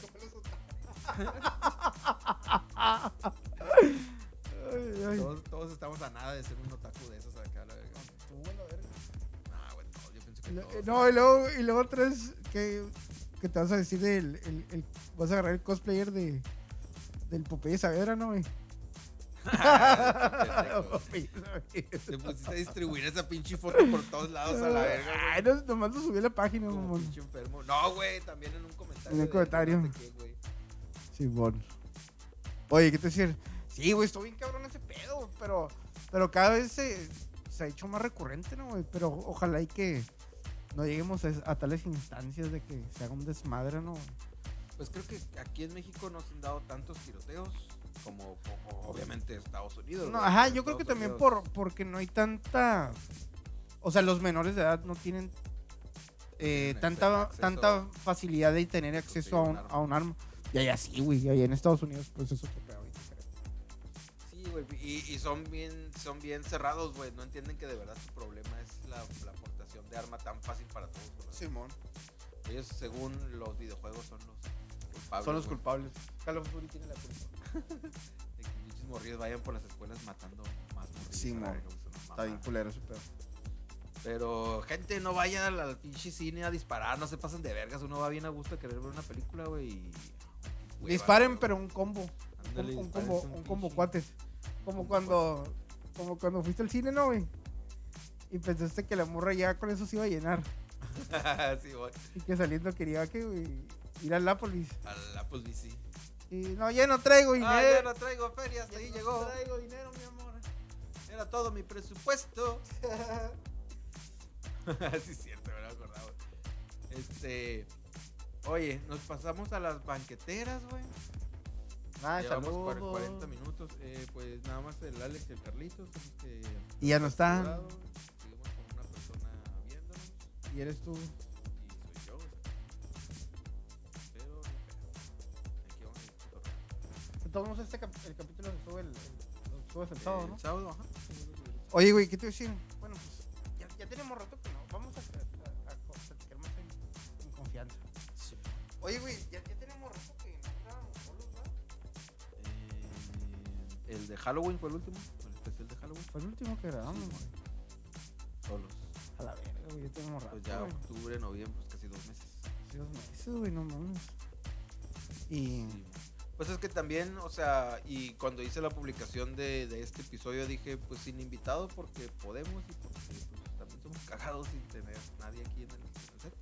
Ay, ay. Todos, todos estamos a nada de ser un otaku de esos acá, la verga. Tú, güey, la verga. Nah, güey, no, yo pienso que Lo- todos. No, y luego, y luego tres que, que te vas a decir del el, el- vas a agarrar el cosplayer de del Popeye Saavedra, ¿no, güey? Te pusiste a distribuir esa pinche foto por todos lados a la verga, güey. Ay, no, nomás lo subí a la página, Como mamón. pinche enfermo. No, güey, también en un comentario. En un de- comentario. no sé qué, güey. Simón. Oye, ¿qué te decir? Sí, güey, estoy bien cabrón ese pedo, güey, pero, pero cada vez se, se ha hecho más recurrente, ¿no, güey? Pero ojalá y que no lleguemos a, a tales instancias de que se haga un desmadre, ¿no? Pues creo que aquí en México no se han dado tantos tiroteos como, como obviamente Estados Unidos. No, güey. ajá, En yo creo que Estados también Unidos- por porque no hay tanta... O sea, los menores de edad no tienen eh, tienen tanta, acceso- tanta facilidad de tener acceso a un, a un arma. Y allá sí, güey, y allá en Estados Unidos pues es otro pedo. Sí, güey, y, y son bien son bien cerrados, güey. No entienden que de verdad su problema es la, la aportación de arma tan fácil para todos, güey. Simón. Ellos, según los videojuegos, son los culpables. Son los güey. culpables. Call of Duty tiene la culpa. De que muchos morrillos vayan por las escuelas matando más morrillos. Sí, a la mo. verga, güey, es una Está mamada. bien culero ese pedo. Pero, gente, no vaya al, al pinche cine a disparar, no se pasen de vergas. Uno va bien a gusto a querer ver una película, güey. Y... hueva, Disparen, güey. pero un combo. Ándale, un, un disparen, combo, es un un combo pinche- cuates. Como combo cuando, como cuando fuiste al cine, ¿no, güey? Y pensaste que la morra ya con eso se iba a llenar. Sí, güey. Y que saliendo quería que, güey, ir al Lápolis. Al Apple B C. Y no, ya no traigo dinero. Ah, ya no traigo feria, hasta Ya ahí no llegó. traigo dinero, mi amor. Era todo mi presupuesto. Sí, es cierto, me lo acordaba. Este. Oye, nos pasamos a las banqueteras, güey. Ah, Llevamos saludos. cuar- cuarenta minutos. Eh, pues nada más el Alex y el Carlitos. son los que Y ya no han está. asegurado. Seguimos con una persona viéndonos. Y eres tú. Y soy yo, güey. Pero, no creo. Aquí vamos a ir cotorreando. Entonces, este cap- el capítulo se sube el, el, lo subes el sábado, ¿no? El sábado, ajá. Oye, güey, ¿qué te voy a decir? Bueno, pues ya, ya tenemos rato que no. Vamos a, a, a, a platicar más en, en confianza. Sí. Oye, güey, ya, ya tenemos rato que no grabamos solos, ¿verdad? Eh, el de Halloween fue el último. El especial de Halloween. Fue el último que grabamos, Sí, güey. Solos. A la verga, güey, ya tenemos rato. Pues ya güey. octubre, noviembre, pues casi dos meses. Hace dos meses, güey, no mames. Y. Sí. Pues es que también, o sea, y cuando hice la publicación de, de este episodio dije, pues sin invitado porque podemos y porque pues, también somos cagados sin tener nadie aquí en el, en el set.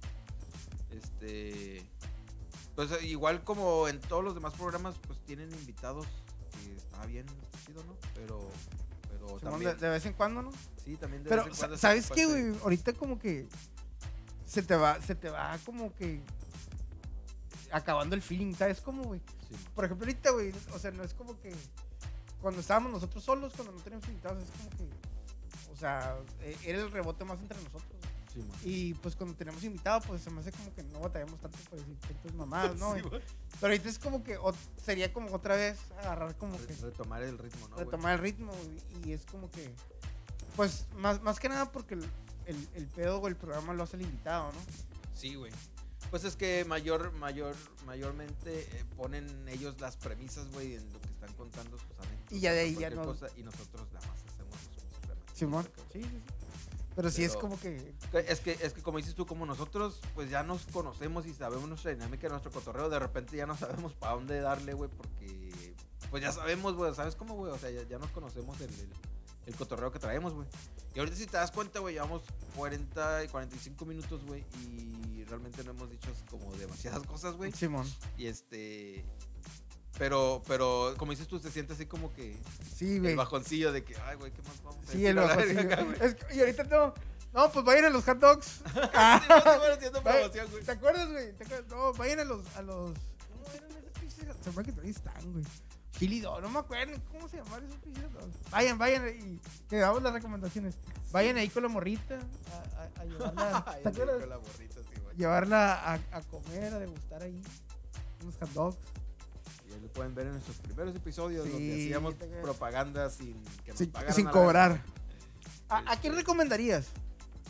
Este, pues eh, igual como en todos los demás programas, pues tienen invitados que está bien, está chido, ¿no? Pero, pero Simón, también, de, de vez en cuando, ¿no? sí, también de Pero, vez en sa- cuando se ¿sabes qué, comparte- güey? Ahorita como que se te va, se te va como que acabando el feeling, ¿sabes cómo, güey? Sí. Por ejemplo, ahorita, güey, o sea, no es como que cuando estábamos nosotros solos, cuando no teníamos invitados, es como que, o sea, eh, era el rebote más entre nosotros. Sí, man. Y pues cuando tenemos invitados, pues se me hace como que no batallamos tanto por decir tantas mamadas, ¿no? Sí, güey? man. Pero ahorita es como que ot- sería como otra vez agarrar como que Re- retomar el ritmo, ¿no? güey? retomar el ritmo, güey, y es como que, pues más, más que nada porque el, el, el pedo o el programa lo hace el invitado, ¿no? Sí, güey. Pues es que mayor, mayor, mayormente eh, ponen ellos las premisas, güey, en lo que están contando sus anécdotas. Y ya de ahí ya cualquier no- cosa, y nosotros nada más hacemos los remates. Simón, Acá. sí, sí, sí. Pero sí es Pero- como que, Es que, es que como dices tú, como nosotros, pues ya nos conocemos y sabemos nuestra dinámica, nuestro cotorreo, de repente ya no sabemos para dónde darle, güey, porque pues ya sabemos, güey, ¿sabes cómo, güey? O sea, ya, ya nos conocemos el, el, el cotorreo que traemos, güey. Y ahorita si te das cuenta, güey, llevamos cuarenta y cuarenta y cinco minutos, güey, y realmente no hemos dicho como demasiadas cosas, güey. Simón, Y este... Pero, pero, como dices tú, se siente así como que sí, güey. el bajoncillo de que, ay, güey, ¿qué más vamos a Sí, decir el a la bajoncillo. verga acá, güey? Es que- y ahorita no, no, pues vayan a los hot dogs. Sí, no, sí, haciendo Vaya- promoción, güey. ¿Te acuerdas, güey? ¿Te acuerdas? No, vayan a los, a los, ¿cómo eran esos pinches? Se me que todavía están, güey. Chili Dog, no me acuerdo ni cómo se llamaban esos pinches dogs. Vayan, vayan y te damos las recomendaciones. Vayan ahí con la morrita a, a, a llevarla, Ay, ¿te el acuerdas? con la borrita, sí, güey. Llevarla a, a comer, a degustar ahí unos hot dogs. Y ahí lo pueden ver en nuestros primeros episodios Sí, donde hacíamos te creo. propaganda sin que nos Sin, pagaran sin a la cobrar. verga. ¿A, ¿A quién Este- recomendarías?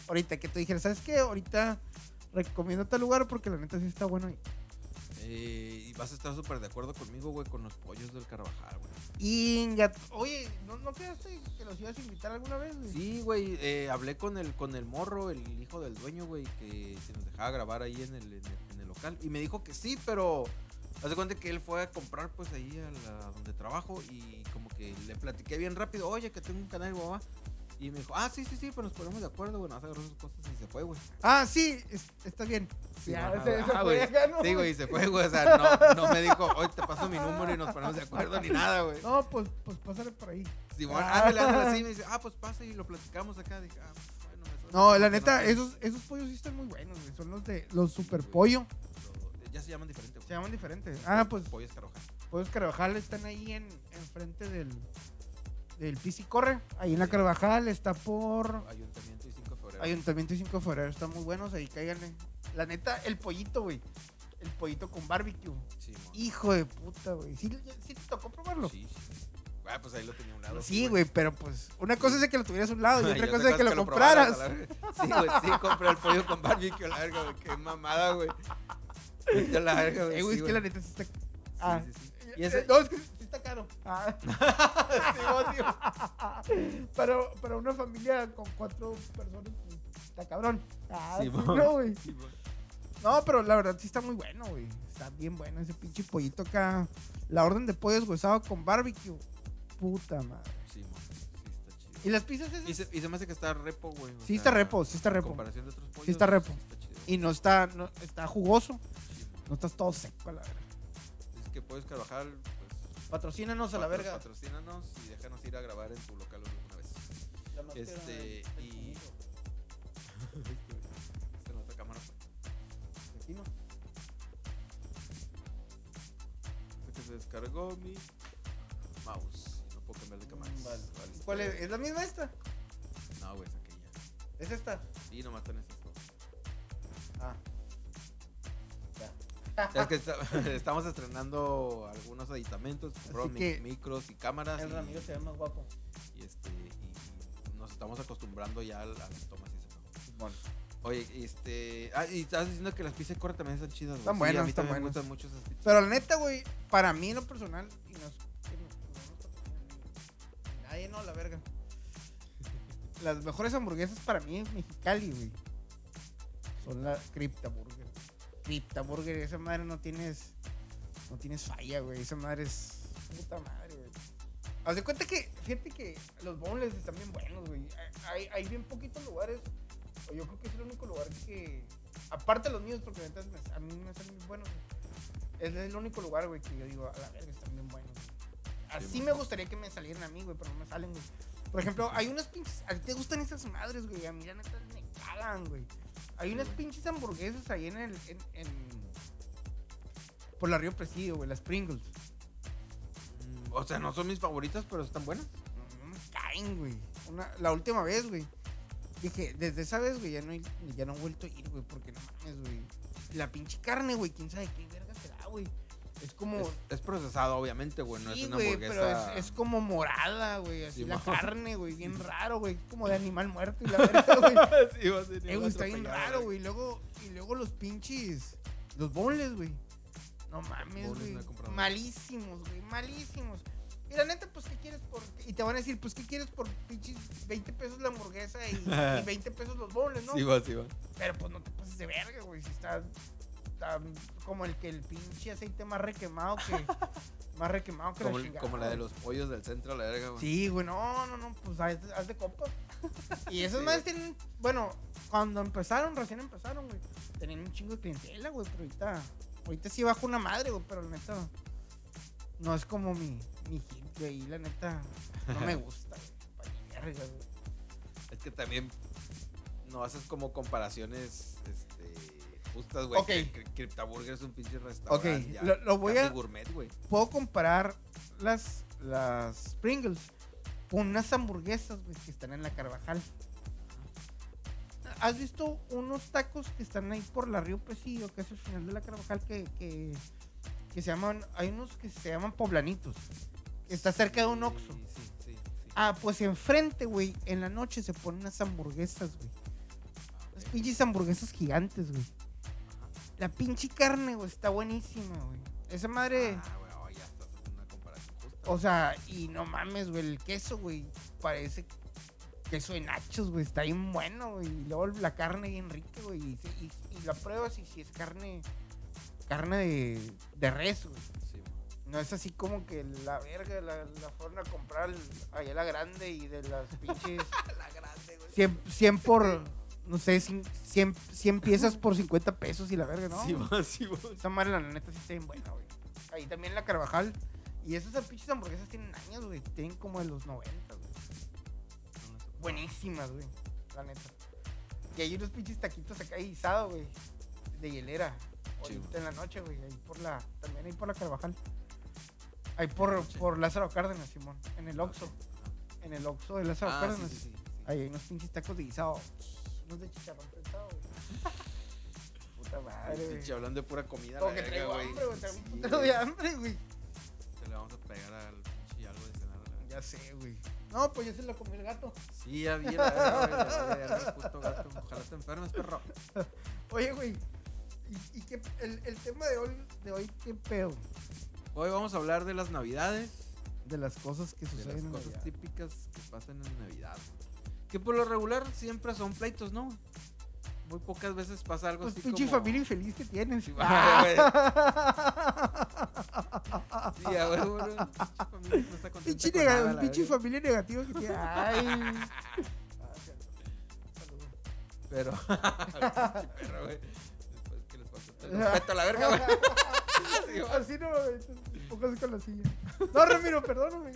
ahorita que te dijera, ¿sabes qué? Ahorita recomiendo tal lugar porque la neta sí está bueno ahí. Eh, y vas a estar súper de acuerdo conmigo, güey, con los pollos del Carvajal, güey. Y ya, oye, ¿no, no quedaste que los ibas a invitar alguna vez, güey? Sí, güey, eh, hablé con el, con el morro, el hijo del dueño, güey, que se nos dejaba grabar ahí en el, en el, en el local. Y me dijo que sí, pero haz de cuenta que él fue a comprar, pues, ahí a la, donde trabajo. Y como que le platiqué bien rápido, oye, que tengo un canal de mamá. Y me dijo, ah, sí, sí, sí, pues nos ponemos de acuerdo, güey, nos agarró sus cosas y se fue, güey. Ah, sí, es, está bien. Sí, ya, ajá, se, se ajá, fue güey. acá, ¿no? Sí, güey, se fue, güey, o sea, no, no me dijo, hoy te paso mi número y nos ponemos de acuerdo ni nada, güey. No, pues, pues pásale por ahí. Sí, bueno, Ah. ándale, ándale, así, me dice, ah, pues pasa y lo platicamos acá. Dije, ah, bueno, me suena No, como la que neta, no, esos, esos pollos sí están muy buenos, güey. Son los de los super pollo. lo- Ya se llaman diferente, güey. Se llaman diferentes. Ah, pues Pollos Carvajal. pollos Carvajal están ahí en enfrente del del Pisi Corre. Ahí en la Carvajal está por Ayuntamiento y cinco de febrero. Ayuntamiento y cinco de febrero. Están muy buenos, ahí cáiganle. La neta, el pollito, güey. El pollito con barbecue. Sí, mo. Hijo de puta, güey. ¿Sí, sí te tocó probarlo? Sí, sí. Ah, pues ahí lo tenía a un lado. Sí, güey, pero pues una cosa es de que lo tuvieras a un lado y otra Y cosa es que lo probaras, compraras. a la verga. Sí, güey, sí, compré el pollo con barbecue, a la verga, güey. Qué mamada, güey. Vete a la verga, güey. Eh, güey, sí, es que la neta sí está. Ah, sí, sí. eh, Y ese- No, es que sí está caro. Ah. Sí, vos, sí. para, para una familia con cuatro personas, pues, está cabrón. Ah, Sí, sí, mo. no, güey. Sí, mo. No, pero la verdad sí está muy bueno, güey. Está bien bueno ese pinche pollito acá. La orden de pollo deshuesado con barbecue. Puta madre. Sí, mo. Sí, está chido. ¿Y las pizzas esas? Y se, y se me hace que está repo, güey. o Sí sea, está repo, sí está en repo. comparación de otros pollos. Sí está repo. está chido. Y no está, no, está jugoso. Sí, mo. No estás todo seco a la verga. Dice que Pollos Carvajal, pues. Patrocínanos a la patro- verga. Patrocínanos y déjanos ir a grabar en tu local alguna vez. Este, y. Se nota cámara, pues. Aquí no. Creo que se descargó mi mouse. No puedo cambiar de cámara. Vale. ¿Cuál es? ¿Es la misma esta? No, güey, es aquella. ¿Es esta? Sí, no matan esas dos. Ah. Es que está- estamos estrenando algunos aditamentos, compraron mi- que micros y cámaras. El y, Ramiro se ve más guapo. y este y nos estamos acostumbrando ya a, a las tomas y eso. Bueno. Oye, este, ah, y estabas diciendo que las pizzas de corre también están chidas, güey. Están Sí, buenas, a mí están también me buenas. gustan mucho esas pizzas. Pero la neta, güey, para mí en lo personal, y no es que no, no nos patrocinan ni- ni nadie, no, la verga. Las mejores hamburguesas para mí en Mexicali, güey, son la Crypta Burger. Crypta Burger, esa madre no tienes, no tienes falla, güey. Esa madre es puta madre, güey. Haz de cuenta que, fíjate que los boneless están bien buenos, güey. Hay, hay bien poquitos lugares, o yo creo que es el único lugar que, aparte de los míos, porque neta me- a mí me salen muy buenos, güey. Es el único lugar, güey, que yo digo, a la verga, están bien buenos, güey. Así Sí, me gustaría que me salieran a mí, güey, pero no me salen, güey. Por ejemplo, hay unas pinches, a ti te gustan esas madres, güey, a mí la neta me cagan, güey. Hay unas pinches hamburguesas ahí en el, en, en por la Río Presidio, güey, las Pringles. Mm, O sea, no son mis favoritas, pero están buenas. No, no me caen, güey. Una, la última vez, güey. Dije, desde esa vez, güey, ya no, he- ya no he vuelto a ir, güey, porque no mames, güey. La pinche carne, güey, quién sabe qué verga será, güey. Es como... Es, es procesado, obviamente, güey. No sí, es una güey, hamburguesa. pero es, es como morada, güey, así Sí, la mo. carne, güey, bien raro, güey. Como de animal muerto y la verga, güey. Sí, va a ser Eh, güey, está bien raro, güey. Y luego, y luego los pinches. Los boneless, güey. No mames, Boneless güey. no he comprado. Malísimos, güey. Malísimos. Y la neta, pues, ¿qué quieres por.? Y te van a decir, pues, ¿qué quieres por pinches veinte pesos la hamburguesa y, y veinte pesos los boneless, no? Sí, va, sí, va. Pero pues no te pases de verga, güey. Si está, está como el que el pinche aceite más requemado que. Más requemado que Como, la chingada. como la de güey. los pollos del centro, la verga, güey. Sí, güey, no, no, no, pues haz, haz de copa. Y esas Sí, madres güey. tienen, bueno, cuando empezaron, recién empezaron, güey, tenían un chingo de clientela, güey, pero ahorita, ahorita sí bajo una madre, güey, pero la neta, no es como mi, mi hit, güey, y la neta, no me gusta, güey, pa' ni verga, güey. Es que también no haces como comparaciones este, justas, güey. Ok. que- que Cryptaburger es un pinche restaurante. Ok, ya lo- lo voy casi a- gourmet, güey. Puedo comparar las, las Pringles con unas hamburguesas, güey, que están en la Carvajal. ¿Has visto unos tacos que están ahí por la Río Presidio, que es el final de la Carvajal, que, que, que se llaman, hay unos que se llaman poblanitos, que está cerca de un Oxxo? Sí, sí, sí, sí. Ah, pues enfrente, güey, en la noche se ponen unas hamburguesas, güey. pinches hamburguesas gigantes, güey. La pinche carne, güey, está buenísima, güey. Esa madre... Ah, güey, oh, ya estás haciendo una comparación justa. O sea, y no mames, güey, el queso, güey, parece queso de nachos, güey, está bien bueno, güey. Y luego la carne bien rica, güey. Y, y, y la pruebas y si es carne, carne de, de res, güey. Sí, No es así como que la verga la, la fueron a comprar allá la grande y de las pinches la grande, güey. cien, cien por, no sé, cien, cien piezas por cincuenta pesos y la verga, ¿no? Sí, va, sí, va. Esa madre, la neta, sí está bien buena, güey. Ahí también la Carvajal. Y esas pinches hamburguesas tienen años, güey. Tienen como de los noventa, güey. Buenísimas, güey. La neta. Y hay unos pinches taquitos acá guisados, güey. De hielera. Ahorita Sí, en la noche, güey. Ahí por la... También ahí por la Carvajal. Ahí por, por Lázaro Cárdenas, Simón. En el Oxxo. En el Oxxo de Lázaro Ah, Cárdenas. sí, sí, sí, sí. Ahí hay unos pinches tacos de guisado. Unos de chicharrón prensado, güey. Puta madre, güey. Pinche, hablando de pura comida, Como la que verga, traigo güey. hambre, güey. Traigo un Sí, putero güey. de hambre, güey. Se le vamos a pegar al pinche algo de cenar a la verga. Ya sé, güey. No, pues ya se lo comió el gato. Sí, ya vi la verga, güey. Ya vale, verga, puto gato. Ojalá te enfermes, perro. Oye, güey. ¿Y, y qué, el, el tema de hoy, de hoy, qué pedo? Hoy vamos a hablar de las navidades, De las cosas que de suceden las en cosas Navidad. típicas que pasan en Navidad. Que por lo regular siempre son pleitos, ¿no? Muy pocas veces pasa algo Pues así pinche como... familia infeliz que tienes. Sí, ah, güey. Sí, a ver, güey. Pinche familia que no está contenta Pinche, con nega- nada, la pinche verga. familia negativa que tiene. Ay. Ah, cierto. Saludos. Pero... Pinche perro, güey. Después que les pasó el respeto a la verga, güey. Sí, güey. Así no, güey. Póngase con la silla. No, Ramiro, perdóname.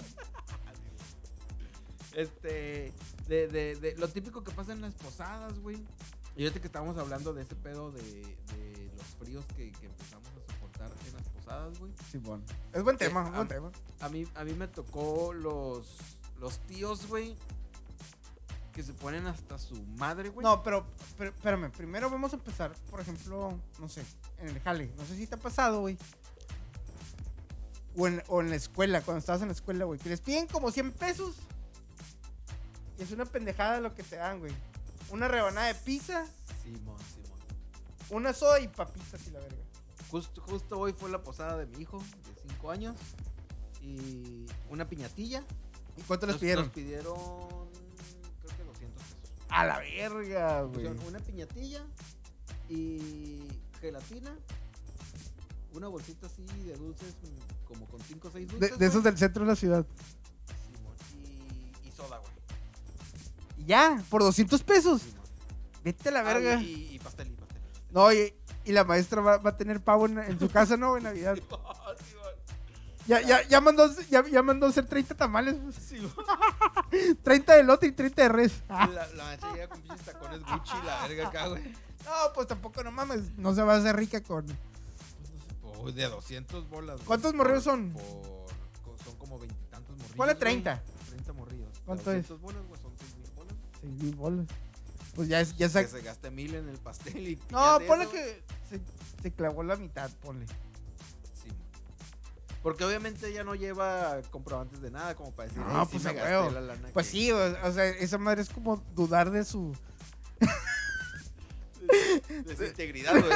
Este, de, de, de lo típico que pasa en las posadas, güey. Y ahorita que estábamos hablando de ese pedo de, de los fríos que, que empezamos a soportar en las posadas, güey. Simón. Es buen tema, Eh, es buen ah, tema. A mí, a mí me tocó los, los tíos, güey, que se ponen hasta su madre, güey. No, pero, pero, espérame. Primero vamos a empezar, por ejemplo, no sé, en el jale. No sé si te ha pasado, güey. O en, o en la escuela, cuando estabas en la escuela, güey. Que les piden como cien pesos. Y es una pendejada lo que te dan, güey. Una rebanada de pizza, Simón, Simón. una soda y papitas y la verga. Justo, justo hoy fue la posada de mi hijo, de cinco años. Y una piñatilla. ¿Y cuánto les Nos- pidieron? Nos pidieron, creo que doscientos pesos. A la verga, güey. Pusieron una piñatilla y gelatina. Una bolsita así de dulces, mm, como con cinco o seis De, dulces. de esos güey. del centro de la ciudad. Simón, y, y soda, güey. Y ya, por doscientos pesos. Simón. Vete a la Ah, verga. y, y pastel, y pastel. pastel. No, y, y la maestra va, va a tener pavo en, en su casa, ¿no? En Navidad. Simón, Simón. Ya, ya, ya, mandó, ya, ya mandó hacer treinta tamales. Pues. Simón. treinta de lote y treinta de res. Ah. La, la maestra llega con pinches tacones Gucci, la verga acá, güey. No, pues tampoco, no mames. No se va a hacer rica con... Uy, de doscientos bolas. güey. ¿Cuántos morrillos Por- son? por- son como veintitantos morrillos. Ponle güey. treinta. treinta morrillos. ¿Cuánto doscientos bolas, güey, son seis mil bolas. Seis mil bolas. Pues ya, es- ya Que sa- se gaste mil en el pastel y... No, piñata y ponle eso, que se, se clavó la mitad, ponle. Sí, mo. Porque obviamente ya no lleva comprobantes de nada como para decir, No, "Ey, sí pues me a gasté huevo. la lana Pues que-". sí, o, o sea, esa madre es como dudar de su... De su integridad, güey.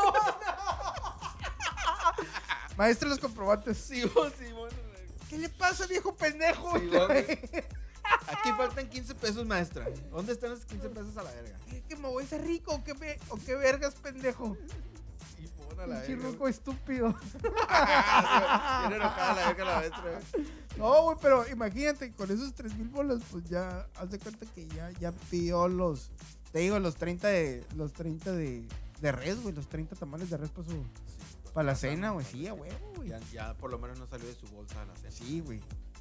Maestra, los comprobantes. Sí, mo, sí, mo, no, ¿Qué le pasa, viejo pendejo? Sí, güey. Aquí faltan quince pesos, maestra. ¿Dónde están esos quince pesos a la verga? ¿Qué, que me voy a hacer rico o qué, me- o qué vergas, pendejo? Y pon a la Pinche verga. ruco estúpido. Ah, Tiene enojada la verga la maestra, güey. No, güey, pero imagínate, con esos tres mil bolas, pues ya, haz de cuenta que ya, ya pidió los, te digo, los treinta de, los treinta de, de res, güey, los treinta tamales de res para su, Sí, para la pasar, cena, güey, para sí, la a cena. huevo, güey. Ya, ya por lo menos no salió de su bolsa a la cena. Sí, güey.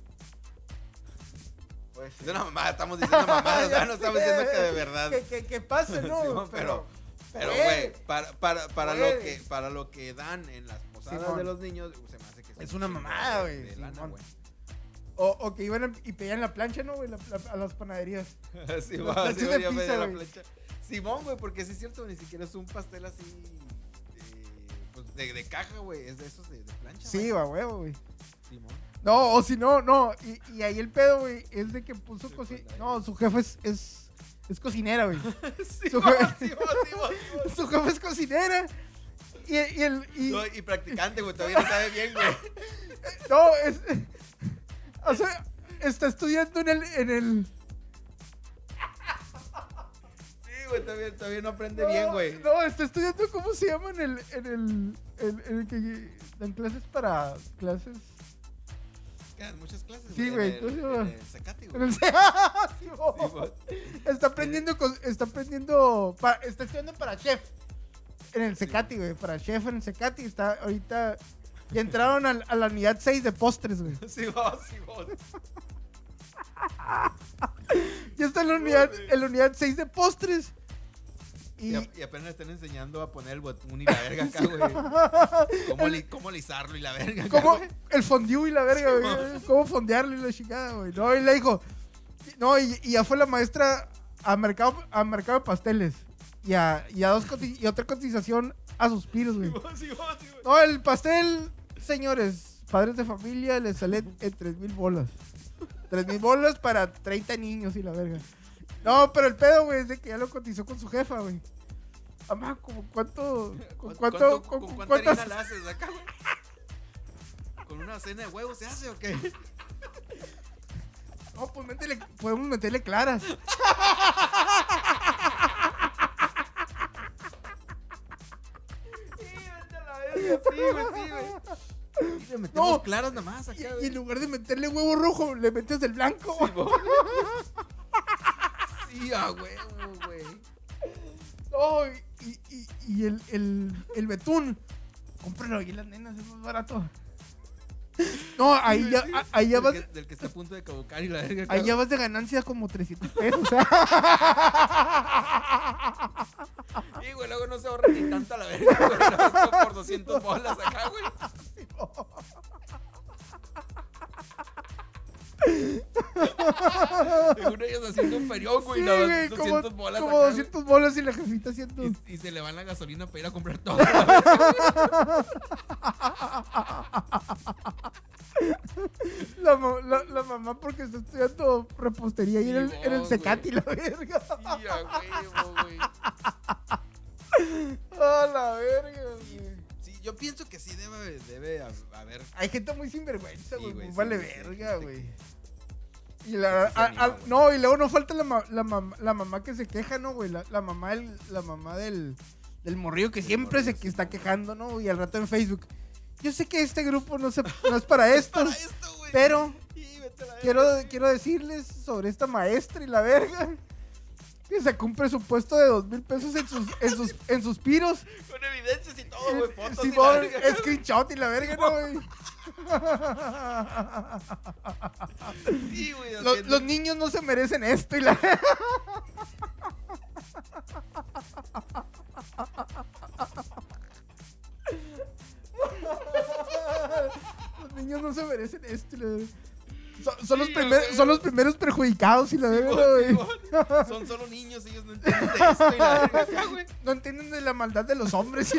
Pues, Es una mamada, estamos diciendo mamadas, Ya ¿verdad? No estamos sé. diciendo que de verdad. Que, que, que pase, ¿no? Simón, pero, pero, Güey. güey, para, para, para, lo Güey. que, para lo que dan en las posadas Simón. de los niños, se me hace que Es un una chingo mamada, de- güey, de lana, Simón. güey. O, o que iban a- y pedían la plancha, ¿no, güey? La- la- a las panaderías. Sí, Las va, planchas sí, de yo pedí pizza, la güey. plancha. Simón, güey, porque sí es cierto, ni siquiera es un pastel así eh, pues de, de caja, güey, es de esos de, de plancha. Sí, güey. va, huevo, güey. Simón. No, o si no, no. Y, y ahí el pedo, güey, es de que puso Sí, cosita. pues, No, ahí. su jefe es, es, es cocinera, güey. Sí, Su va, jefe- sí, va, sí, va, sí, va. Su jefe es cocinera. Y, y el. Y, No, y practicante, güey, todavía no sabe bien, güey. no, es. O sea, está estudiando en el. En el Sí, güey, todavía, todavía no aprende no, bien, güey. No, está estudiando, ¿cómo se llama? En el. En el. En, en el que dan clases para. Clases. Quedan muchas clases, Sí, en güey, el- ¿cómo se llama? En el Zacate, En güey. el. Sí, bo. Sí, güey. Está aprendiendo. cos- Está aprendiendo. pa- está estudiando para chef. En el Cecati, güey. Para chef en el Cecati. Está ahorita. Ya entraron al- a, la unidad seis de postres, güey. Sí, va, sí, va. Ya está en la unidad, en la unidad seis de postres. Y. Y, a- y apenas están enseñando a poner el botún y la verga acá, güey. ¿Cómo, li- cómo lisarlo y la verga acá, ¿Cómo? güey. El fondue y la verga, Sí, güey. ¿Cómo fondearlo y la chingada, güey? No, y le dijo. No, y, y ya fue la maestra a mercado, a mercado de pasteles. Y a, y a dos coti- y otra cotización a suspiros, güey. Sí, va, sí, va, sí, güey. No, el pastel, señores, padres de familia, les sale en tres mil bolas. Tres mil bolas para treinta niños y la verga. No, pero el pedo, güey, es de que ya lo cotizó con su jefa, güey. Mamá, ¿como cuánto? ¿Con cuánto? ¿Cuánto- con- ¿Con con cuánta cuántas- harina la haces acá, güey? ¿Con una cena de huevos se hace o qué? No, pues métele, podemos meterle claras. Sí, vete a la verga, sí, güey, sí, güey. Y le metemos No. claras nomás Y, acá, y güey. en lugar de meterle huevo rojo, le metes el blanco. Sí, bo. Sí, a huevo, güey. No, y, y, y el, el, el betún. Cómpralo ahí las nenas, es más barato. No, ahí ya, a- ahí ya Del vas, que- Del que está a punto de caducar y la verga. ahí acá, ya vas de ganancia como trescientos pesos. Sí, güey, luego no se ahorra ni tanto a la verga, güey. Luego por doscientas bolas acá, güey. Según ellos haciendo un ferión, güey. Sí, no, güey, como, doscientas bolas como acá, güey. doscientas bolas y la jefita haciendo. Y, y se le van la gasolina para ir a comprar todo. la verga. La, ma- la, la mamá porque está estudiando repostería ahí en el, Sí, en el vos, Cecati, la verga. Sí, a huevo, güey. A la verga, güey. Sí, yo pienso que sí debe, debe hab- haber. Hay gente muy sinvergüenza, Sí, güey. güey, pues sí, vale güey, sí, verga, gente güey. que- Y la, sí se a- anima, a- güey. no, y luego no falta la, ma- la, mam- la mamá que se queja, ¿no, güey? La, la mamá del, la mamá del, del morrillo que Del siempre morrillo, se que sí, está güey. quejando, ¿no? Y al rato en Facebook. Yo sé que este grupo no, se, no es para esto, Para esto, güey. pero Sí, vete a la verga, quiero, sí. quiero decirles sobre esta maestra y la verga. Que sacó un presupuesto de dos mil pesos en sus, en sus, en suspiros. Con evidencias y todo, güey. Fotos y la Simón, verga. screenshot y la verga, ¿no, güey? Sí, güey. Los, haciendo- los niños no se merecen esto y la Los niños no se merecen esto y la son, son, los Sí, primer- güey. son los primeros perjudicados y la verga, Simón, güey. Simón. Son solo niños, ellos no entienden de esto y la verga acá, güey. No entienden de la maldad de los hombres.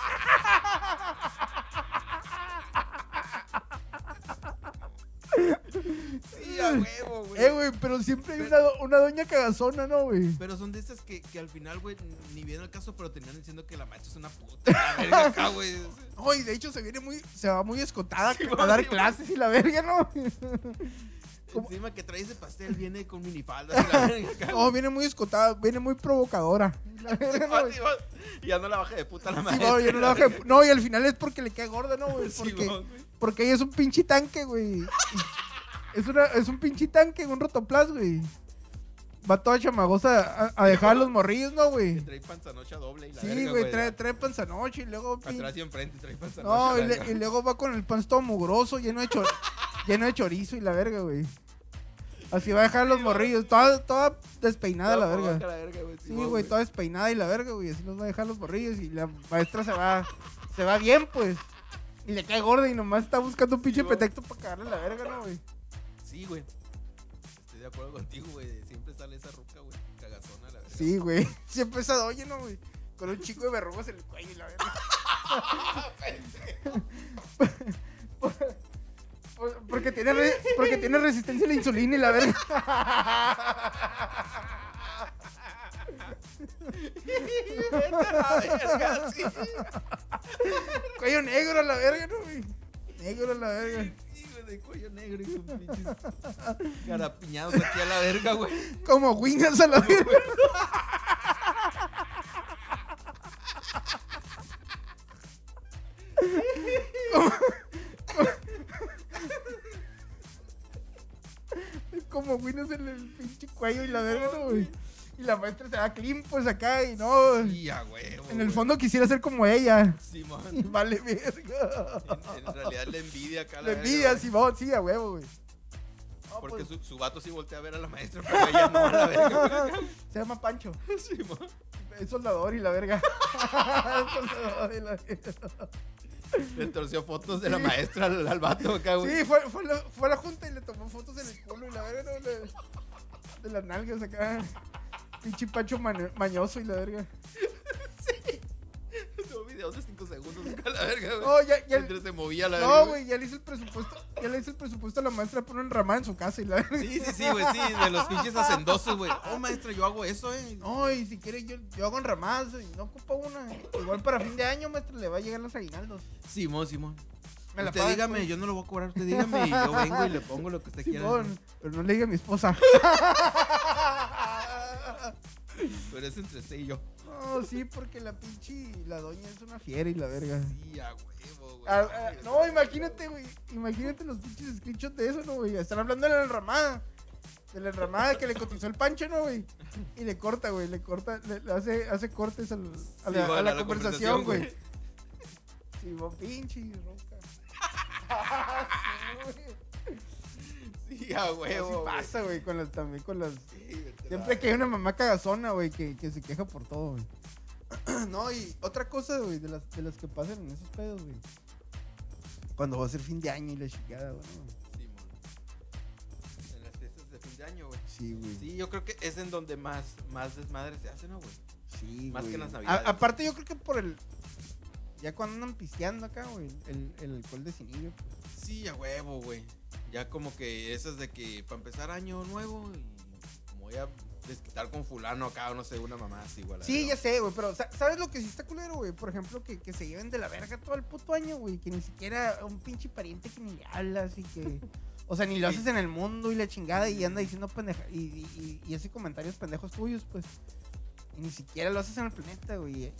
Sí, a huevo, güey. Eh, güey, pero siempre hay una, do- una doña cagazona, ¿no, güey? Pero son de esas que, que al final, güey, ni viene al caso, pero terminan diciendo que la maestra es una puta. La verga acá, güey. No, y de hecho se viene muy, se va muy escotada Sí, a va, dar sí, va. clases y la verga, ¿no? ¿Cómo? Encima que trae ese pastel viene con minifaldas y la verga acá. No, viene muy escotada, viene muy provocadora. Y la verga, no, Sí, güey. sí, va. Y ya no la baja de puta la Sí, maestra. no, yo no, la bajé- no, y al final es porque le queda gorda, ¿no, güey? Sí, Porque, va, güey. porque ella es un pinche tanque, güey. Y- Es, una, es un pinche tanque, un rotoplas, güey. Va toda chamagosa a, a dejar a los morrillos, ¿no, güey? Trae panzanocha doble y la Sí, verga, güey, trae, trae panzanoche y luego... pin- Atrás y enfrente trae panzanocha. No, y, la le- verga. y luego va con el pan todo mugroso, lleno de, chor- lleno de chorizo y la verga, güey. Así va a dejar a los morrillos, toda, toda despeinada la Toda verga. boca la verga, güey. Sí, Simón, güey, toda despeinada y la verga, güey. Así los va a dejar los morrillos y la maestra se va, se va bien, pues. Y le cae gorda y nomás está buscando un pinche Sí, güey. pretexto para cagarle la verga, ¿no, güey? Sí, güey. Estoy de acuerdo contigo, güey. Siempre sale esa ruca, güey. Cagazona, la verga. Sí, güey. Siempre esa doña, ¿no, güey? Con un chico de verrugas en el cuello y la verga. Por- porque, tiene re- porque tiene resistencia a la insulina y la verga. la verga, sí. Cuello negro a la verga, ¿no, güey? Negro a la verga. Sí, güey, de cuello negro y con pinches carapiñados aquí a la verga, güey. Como wingas a la verga. Como, como wingas en el pinche cuello y la verga, ¿no, güey? Y la maestra se va clean, pues acá y no. Sí, a huevo. En el güey. fondo quisiera ser como ella. Simón. Y vale verga. En, en realidad le envidia acá a la Le verga, envidia, güey. Simón, sí, a huevo, güey. No, Porque pues, su, su vato sí voltea a ver a la maestra, pero ella no a la verga, güey. se llama Pancho. Simón. Es soldador y la verga. Es soldador y la verga. Le torció fotos de la maestra al, al vato acá, güey. Sí, fue, fue, la, fue a la junta y le tomó fotos en el culo y la verga, ¿no? Le- de las nalgas acá. Pinche Pancho mane- mañoso y la verga. Tuvo videos de cinco segundos acá a la verga, güey. No, ya, ya. Mientras se movía la verga. No, güey, ya le hice el presupuesto. Ya le hice el presupuesto a la maestra por una enramada en su casa y la verga. Sí, sí, sí, güey, sí, de los pinches hacendosos, güey. Oh, maestra, yo hago eso, eh. No, y si quiere yo, yo hago enramadas y no ocupo una. Igual para fin de año, maestra, le va a llegar los aguinaldos. Simón, Simón. Me la Usted paga dígame, después. yo no lo voy a cobrar, usted dígame y yo vengo y le pongo lo que usted quiera. Simón, pero no le diga a mi esposa. Pero es entre usted y yo. No, sí, porque la pinche, la doña es una fiera y la verga. Sí, a huevo, güey. Ah, ah, no, imagínate, güey. Imagínate los pinches screenshots de eso, ¿no, güey? Están hablando de la enramada. De la enramada que le cotizó el Pancho, ¿no, güey? Y le corta, güey. Le corta, le, le hace, hace cortes al- a, la, Sí, bueno, a la a la conversación, conversación, güey. Sí, vos pinche roca. Sí, güey. Sí, a huevo. Así güey. pasa, güey, con las, también con las... Sí, vete Siempre la- que hay una mamá cagazona, güey, que, que se queja por todo, güey. No, y otra cosa, güey, de las, de las que pasan en esos pedos, güey. Cuando va a ser fin de año y la chingada, güey. Simón. En las fiestas de fin de año, güey. Sí, güey. Sí, yo creo que es en donde más, más desmadre se hace, ¿no, güey? Sí, Más güey. que en las A- navidades. aparte, yo creo que por el... Ya cuando andan pisteando acá, güey, el, el alcohol de cinillo, pues. Sí, a huevo, güey. Ya como que esas de que para empezar año nuevo y voy a desquitar con fulano acá o no sé, una mamá así, igual. Sí, ya sé, güey, pero sa- ¿sabes lo que sí está culero, güey? Por ejemplo, que, que se lleven de la verga todo el puto año, güey. Que ni siquiera un pinche pariente que ni le hablas y que... O sea, ni lo haces en el mundo y la chingada y anda diciendo pendeja... Y, y, y, y hace comentarios pendejos tuyos, pues. Y ni siquiera lo haces en el planeta, güey. Y...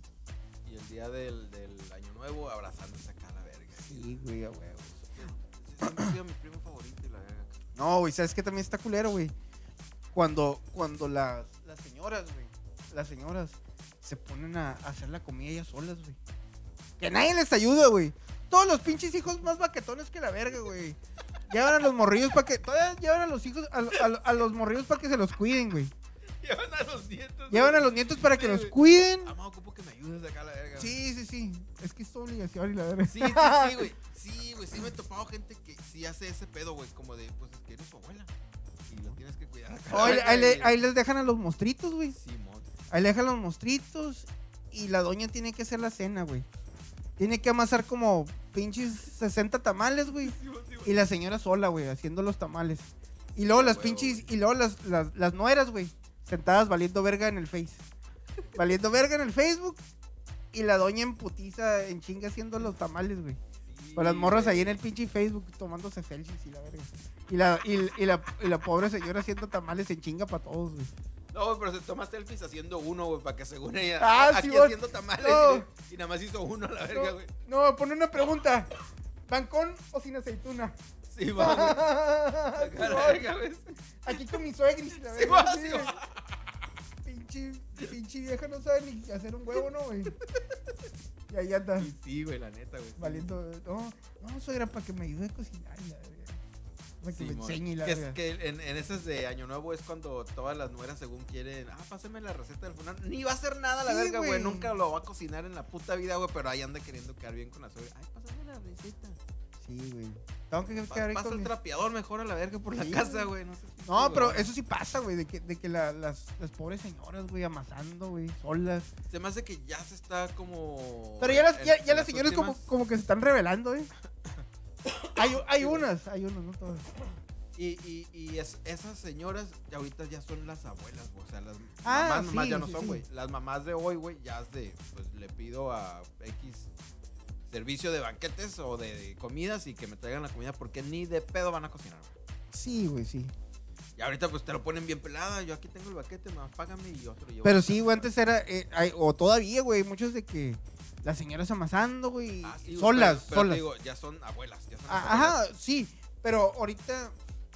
Y el día del, del año nuevo abrazándose acá a la verga. Sí, güey, a huevo. Siempre ha sido mi primo favorito y la verga. No, güey, ¿sabes qué también está culero, güey? Cuando, cuando las, las señoras, güey, las señoras se ponen a, a hacer la comida ellas solas, güey. Que nadie les ayuda, güey. Todos los pinches hijos más baquetones que la verga, güey. Llevan a los morrillos para que... Todavía llevan a los hijos, a, a- a los morrillos para que se los cuiden, güey. Llevan a los nietos. Llevan a los nietos para que Sí, los güey. cuiden. Amado, ocupo que me ayudes acá a la verga. Sí, sí, sí. Es que es tu obligación y la verga. Sí, sí, sí, güey. Sí, güey, sí me he topado gente que sí hace ese pedo, güey, como de, pues es que eres tu abuela y lo tienes que cuidar acá. Oh, ahí, ahí le- ahí les dejan a los mostritos, güey. Simón. Ahí le dejan los mostritos y la doña tiene que hacer la cena, güey. Tiene que amasar como pinches sesenta tamales, güey. Y la señora sola, güey, haciendo los tamales. Y luego las Huevo, pinches, güey. y luego las, las, las nueras, güey, sentadas valiendo verga en el Face. Valiendo verga en el Facebook. Y la doña en putiza, en chinga, haciendo los tamales, güey. Sí, Con las morras güey. ahí en el pinche Facebook tomándose selfies y la verga. Y la, y, y la, y la pobre señora haciendo tamales en chinga para todos, güey. No, güey, pero se toma selfies haciendo uno, güey, para que según ella. Ah, aquí sí, güey. haciendo tamales. No. Y, y nada más hizo uno a la verga, güey. No, no, pone una pregunta. ¿Van con o sin aceituna? Sí, va, güey. Acá a la verga, güey. Aquí con mi suegris, la Sí, verga. va, sí, sí, güey. va. Pinche, pinche vieja no sabe ni hacer un huevo, ¿no, güey? Y ahí anda, Y sí, güey, la neta, güey. sí. valiendo. No, no, suegra, para que me ayude a cocinar, y la verga. Para que me Simón. enseñe, y la que, es, verga. que en, en esas de Año Nuevo es cuando todas las nueras según quieren, ah, pásame la receta del fulano. Ni va a hacer nada la Sí, verga, güey. güey. Nunca lo va a cocinar en la puta vida, güey. Pero ahí anda queriendo quedar bien con la suegra. Ay, pásame la receta. Sí, güey. Tengo que Pa- quedar ahí pasa con el mi- trapeador mejor a la verga por la Sí, casa, güey. güey. No, sé si No, pero eso sí pasa, güey, de que, de que la- las, las pobres señoras, güey, amasando, güey, solas. Se me hace que ya se está como. Pero ya las, en- ya, en ya las señoras como, últimas. como que se están revelando, ¿eh? Hay, hay unas, hay unas, no todas. Y, y, y es, esas señoras ya ahorita ya son las abuelas, güey. O sea, las Ah, mamás, mamás sí, ya no sí, son, sí. güey. Las mamás de hoy, güey, ya es de, pues le pido a X servicio de banquetes o de, de comidas y que me traigan la comida porque ni de pedo van a cocinar, güey. Sí, güey, sí. Y ahorita pues te lo ponen bien pelada. Yo aquí tengo el banquete, más págame y yo te lo llevo. Pero sí, güey, antes era, eh, hay- o todavía, güey, muchos de que las señoras amasando, güey, Ah, sí, güey, solas, pero, pero solas. te digo, ya son abuelas. Ya son las Ah, Ajá, abuelas. sí, pero ahorita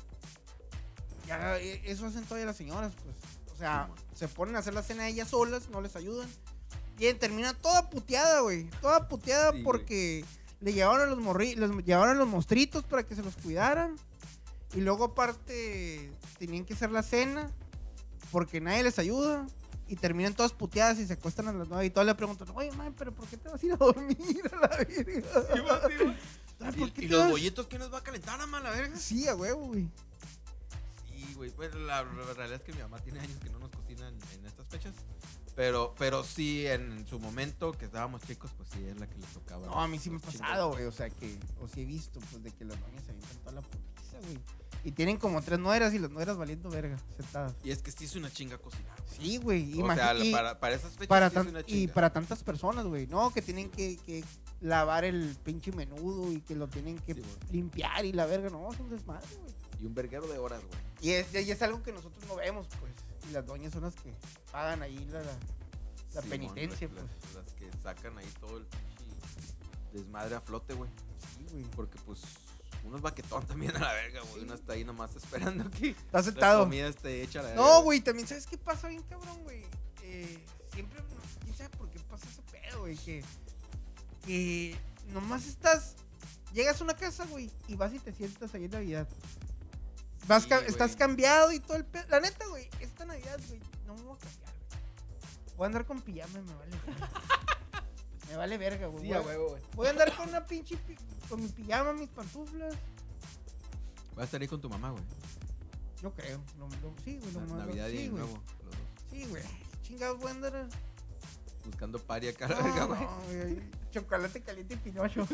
ya eh, eso hacen todavía las señoras, pues. O sea, Sí, se ponen a hacer la cena ellas solas, no les ayudan. Y termina toda puteada, güey. Toda puteada Sí, porque le llevaron a los morri les llevaron a los monstruitos para que se los cuidaran. Y luego aparte tenían que hacer la cena porque nadie les ayuda. Y terminan todas puteadas y se acuestan a las nueve y todas le preguntan, oye, man, pero ¿por qué te vas a ir a dormir a la verga? Ay, ¿por qué ¿Y, y te los vas? bollitos quién nos va a calentar, a la verga? Sí, a huevo, güey. Sí, güey. Pues la, la realidad es que mi mamá tiene años que no nos cocina en, en estas fechas. Pero, pero sí, en su momento que estábamos chicos, pues sí, es la que le tocaba. No, a mí sí me ha los pasado, chingos. güey. O sea, que, o sí he visto, pues, de que las doñas se avientan toda la putiza, güey. Y tienen como tres nueras y las nueras valiendo verga, sentadas. Y es que sí es una chinga cocinar, güey. Sí, güey. O imagi- sea, y para, para esas fechas para sí tan- es una y chinga. para tantas personas, güey. No, que tienen que, que lavar el pinche menudo y que lo tienen que Sí, güey. limpiar y la verga. No, es un desmadre, güey. Y un verguero de horas, güey. Y es, y es algo que nosotros no vemos, pues. Y las doñas son las que pagan ahí la, la, la Simón, penitencia, las, pues. las, las que sacan ahí todo el pinche desmadre a flote, güey. Sí, güey. Porque pues uno es baquetón también a la verga, güey. Sí. Uno está ahí nomás esperando que Está la sentado. comida esté hecha a la verga. No, güey, también, ¿sabes qué pasa bien, cabrón, güey? Eh, siempre, quién sabe por qué pasa ese pedo, güey, que, que nomás estás, llegas a una casa, güey, y vas y te sientas ahí en Navidad. Vas Sí, ca- güey. estás cambiado y todo el pedo. La neta, güey, esta Navidad, güey, no me voy a cambiar, güey. Voy a andar con pijama y me vale verga. Me vale verga, güey. Sí, voy, a a- huevo, güey. voy a andar con una pinche, pi- con mi pijama, mis pantuflas. Vas a estar ahí con tu mamá, güey. Yo creo, lo- lo- sí, güey, lo Na- más- Navidad sí, y güey. nuevo, los dos. Sí, güey, chingados, voy a andar... Buscando pari acá a la verga, güey. No, güey, chocolate caliente y pinocho.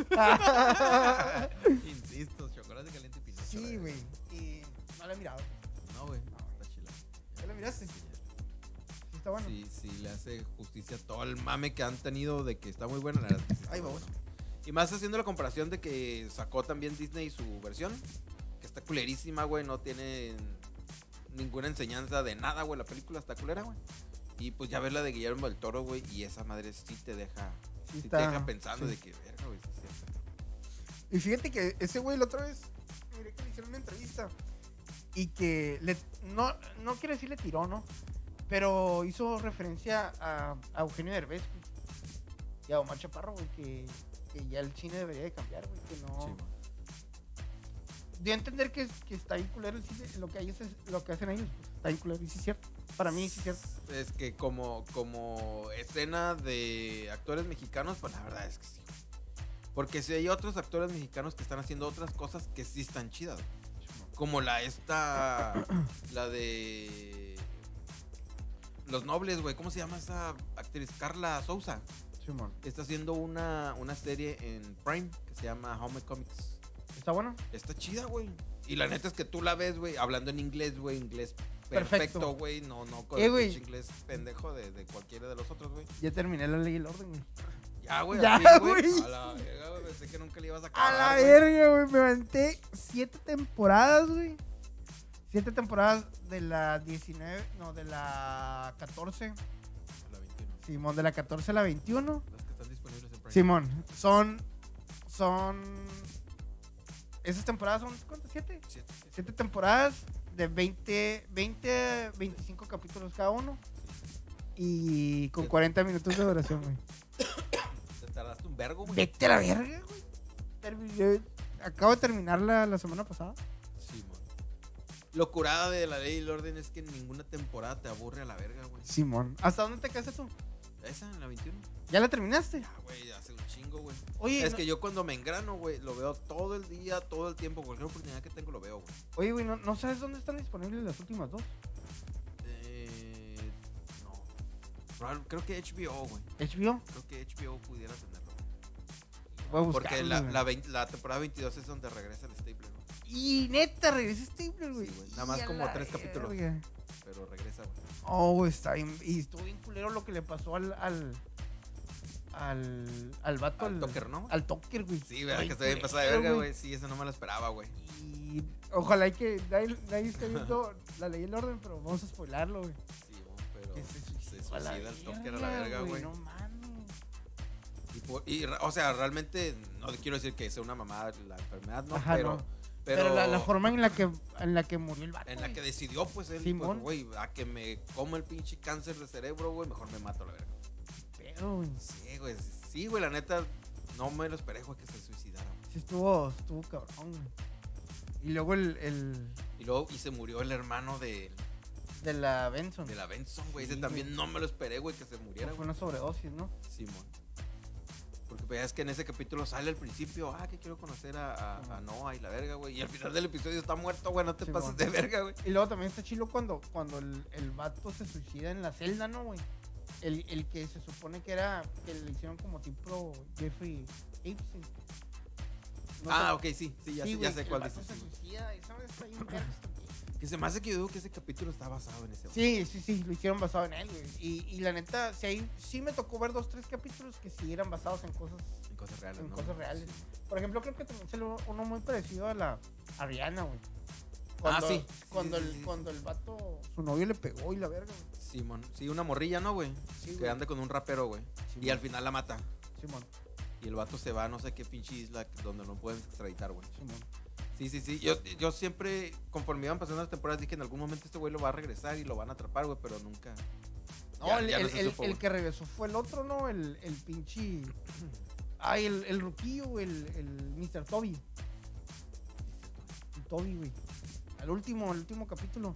Insisto, chocolate caliente y pinocho. Sí, güey. Y no lo he mirado. No, güey. Está chila. ¿Ya lo miraste? Sí, está bueno. Sí, sí, le hace justicia a todo el mame que han tenido de que está muy buena. La verdad, que sí está Ahí muy vamos. bueno. Y más haciendo la comparación de que sacó también Disney su versión, que está culerísima, güey. No tiene ninguna enseñanza de nada, güey. La película está culera, güey. Y pues ya ves la de Guillermo del Toro, güey. Y esa madre sí te deja, Sí sí está- te deja pensando sí. de que, verga, güey, sí es cierto. Y fíjate que ese güey la otra vez, miré que le hicieron una entrevista y que le, no, no quiero decir le tiró, ¿no? Pero hizo referencia a, a Eugenio Derbez, güey, y a Omar Chaparro, güey, que, que ya el cine debería de cambiar, güey, que no... Sí, güey. Dio a entender que, que está ahí culero el cine, lo que, ellos es- lo que hacen ellos, pues, está ahí culero, y sí es cierto. Para mí sí es cierto. Es que como, como escena de actores mexicanos, pues la verdad es que sí. Porque si hay otros actores mexicanos que están haciendo otras cosas que sí están chidas. Como la esta, la de Los Nobles, güey. ¿Cómo se llama esa actriz? Carla Souza. Simón. Está haciendo una, una serie en Prime que se llama Home Comics. ¿Está bueno? Está chida, güey. Y la neta es que tú la ves, güey, hablando en inglés, güey, inglés Perfecto. perfecto, güey. No, no con Eh, el güey. pinche inglés pendejo de, de cualquiera de los otros, güey. Ya terminé la ley y el orden, güey. Ya, güey, Ya, así, güey. A la verga, güey. Pensé que nunca le ibas a A acabar. la güey. verga, güey. Me aventé siete temporadas, güey. Siete temporadas de la diecinueve, no, de la catorce. A la veintiuno. Simón, de la catorce a la veintiuno. Las que están disponibles en Prime. Simón, son, son, esas temporadas son, ¿cuántas? Siete. Siete, siete. Siete temporadas de veinte, veinte, veinticinco capítulos cada uno. Y con Siete. cuarenta minutos de duración, güey. Te tardaste un vergo, güey. Vete a la verga, güey. Terminé- Acabo de terminarla la semana pasada. Sí, man. Lo curada de la ley y el orden es que en ninguna temporada te aburre a la verga, güey. Simón. ¿Hasta dónde te quedaste tú? Esa en la veintiuno. ¿Ya la terminaste? Ya, güey, hace un chingo, güey. Oye, Es no- que yo cuando me engrano, güey, lo veo todo el día, todo el tiempo. Cualquier oportunidad que tengo lo veo, güey. oye, güey, ¿no, ¿no sabes dónde están disponibles las últimas dos? Eh, no. Probable- Creo que H B O, güey. ¿H B O? Creo que H B O pudiera tenerlo. Voy a Porque buscarlo, la, güey. la, veinte la temporada veintidós es donde regresa el Stapler, ¿no? Y neta, regresa Stabler, güey. Sí, güey. Nada más Y a como la tres capítulos. verga. Pero regresa, güey. Oh, güey, está bien. Y estuvo bien culero lo que le pasó al. al. al. al vato. Al Tucker, ¿no? Al Tucker, güey. Sí, verdad que estoy bien pasada de verga, güey. Sí, eso no me lo esperaba, güey. Y ojalá y que nadie, nadie esté viendo la ley y el orden, pero vamos a spoilarlo, güey. Sí, güey, pero Que se se suicidó a la suicida el Tucker a la verga, güey. No mames. Y, por- y, o sea, realmente no quiero decir que sea una mamada la enfermedad, ¿no? Ajá, pero, no. pero, Pero, la, la forma en la que en la que murió el vato. en la que güey. decidió, pues él, Simón. pues, güey, a que me como el pinche cáncer de cerebro, güey, mejor me mato a la verga. Pero, güey. Sí, güey, sí, güey, la neta, no me lo esperé, güey, que se suicidara, güey. Sí, estuvo, estuvo cabrón, güey. Y luego el, el Y luego, y se murió el hermano de, de la Benson. de la Benson, güey. Sí, Ese también güey. no me lo esperé, güey, que se muriera, Fue güey. una sobredosis, ¿no? Simón. Porque veas que en ese capítulo sale al principio, ah, que quiero conocer a, a, Simón. a Noah y la verga, güey. Y al final del episodio está muerto, güey, no te Simón. pases de verga, güey. Y luego también está chilo cuando, cuando el, el vato se suicida en la celda, ¿no, güey? El, el que se supone que era, que le hicieron como tipo Jeffrey Epstein. No Ah, sé. ok, sí, sí, ya, Sí, sé, güey, ya sé que cuál el vato dices. se Sí, güey. suicida, esa vez está bien vergas también. Que se me hace que yo digo que ese capítulo está basado en ese, güey. Sí, sí, sí, lo hicieron basado en él, güey. Y, y la neta, sí, hay- sí me tocó ver dos, tres capítulos que sí eran basados en cosas, En cosas reales, en ¿no? cosas reales. Sí. Por ejemplo, creo que también salió uno muy parecido a la Ariana, güey. Cuando, Ah, sí. Cuando, Sí, el, sí, sí, cuando el vato, su novio le pegó y la verga, güey. Simón. Sí, una morrilla, ¿no, güey? Sí, Que güey. anda con un rapero, güey. Sí, Y al final la mata. Simón, Y el vato se va a no sé qué pinche isla donde no pueden extraditar, güey. Simón. Sí, sí, sí. Yo, yo siempre, conforme iban pasando las temporadas, dije que en algún momento este güey lo va a regresar y lo van a atrapar, güey, pero nunca. No, Ya- el, ya no el, se el- supo, el güey. que regresó fue el otro, ¿no? El, el pinche. Ay, el, el ruquillo, el, el mister Toby. El Toby, güey. Al último, el último capítulo.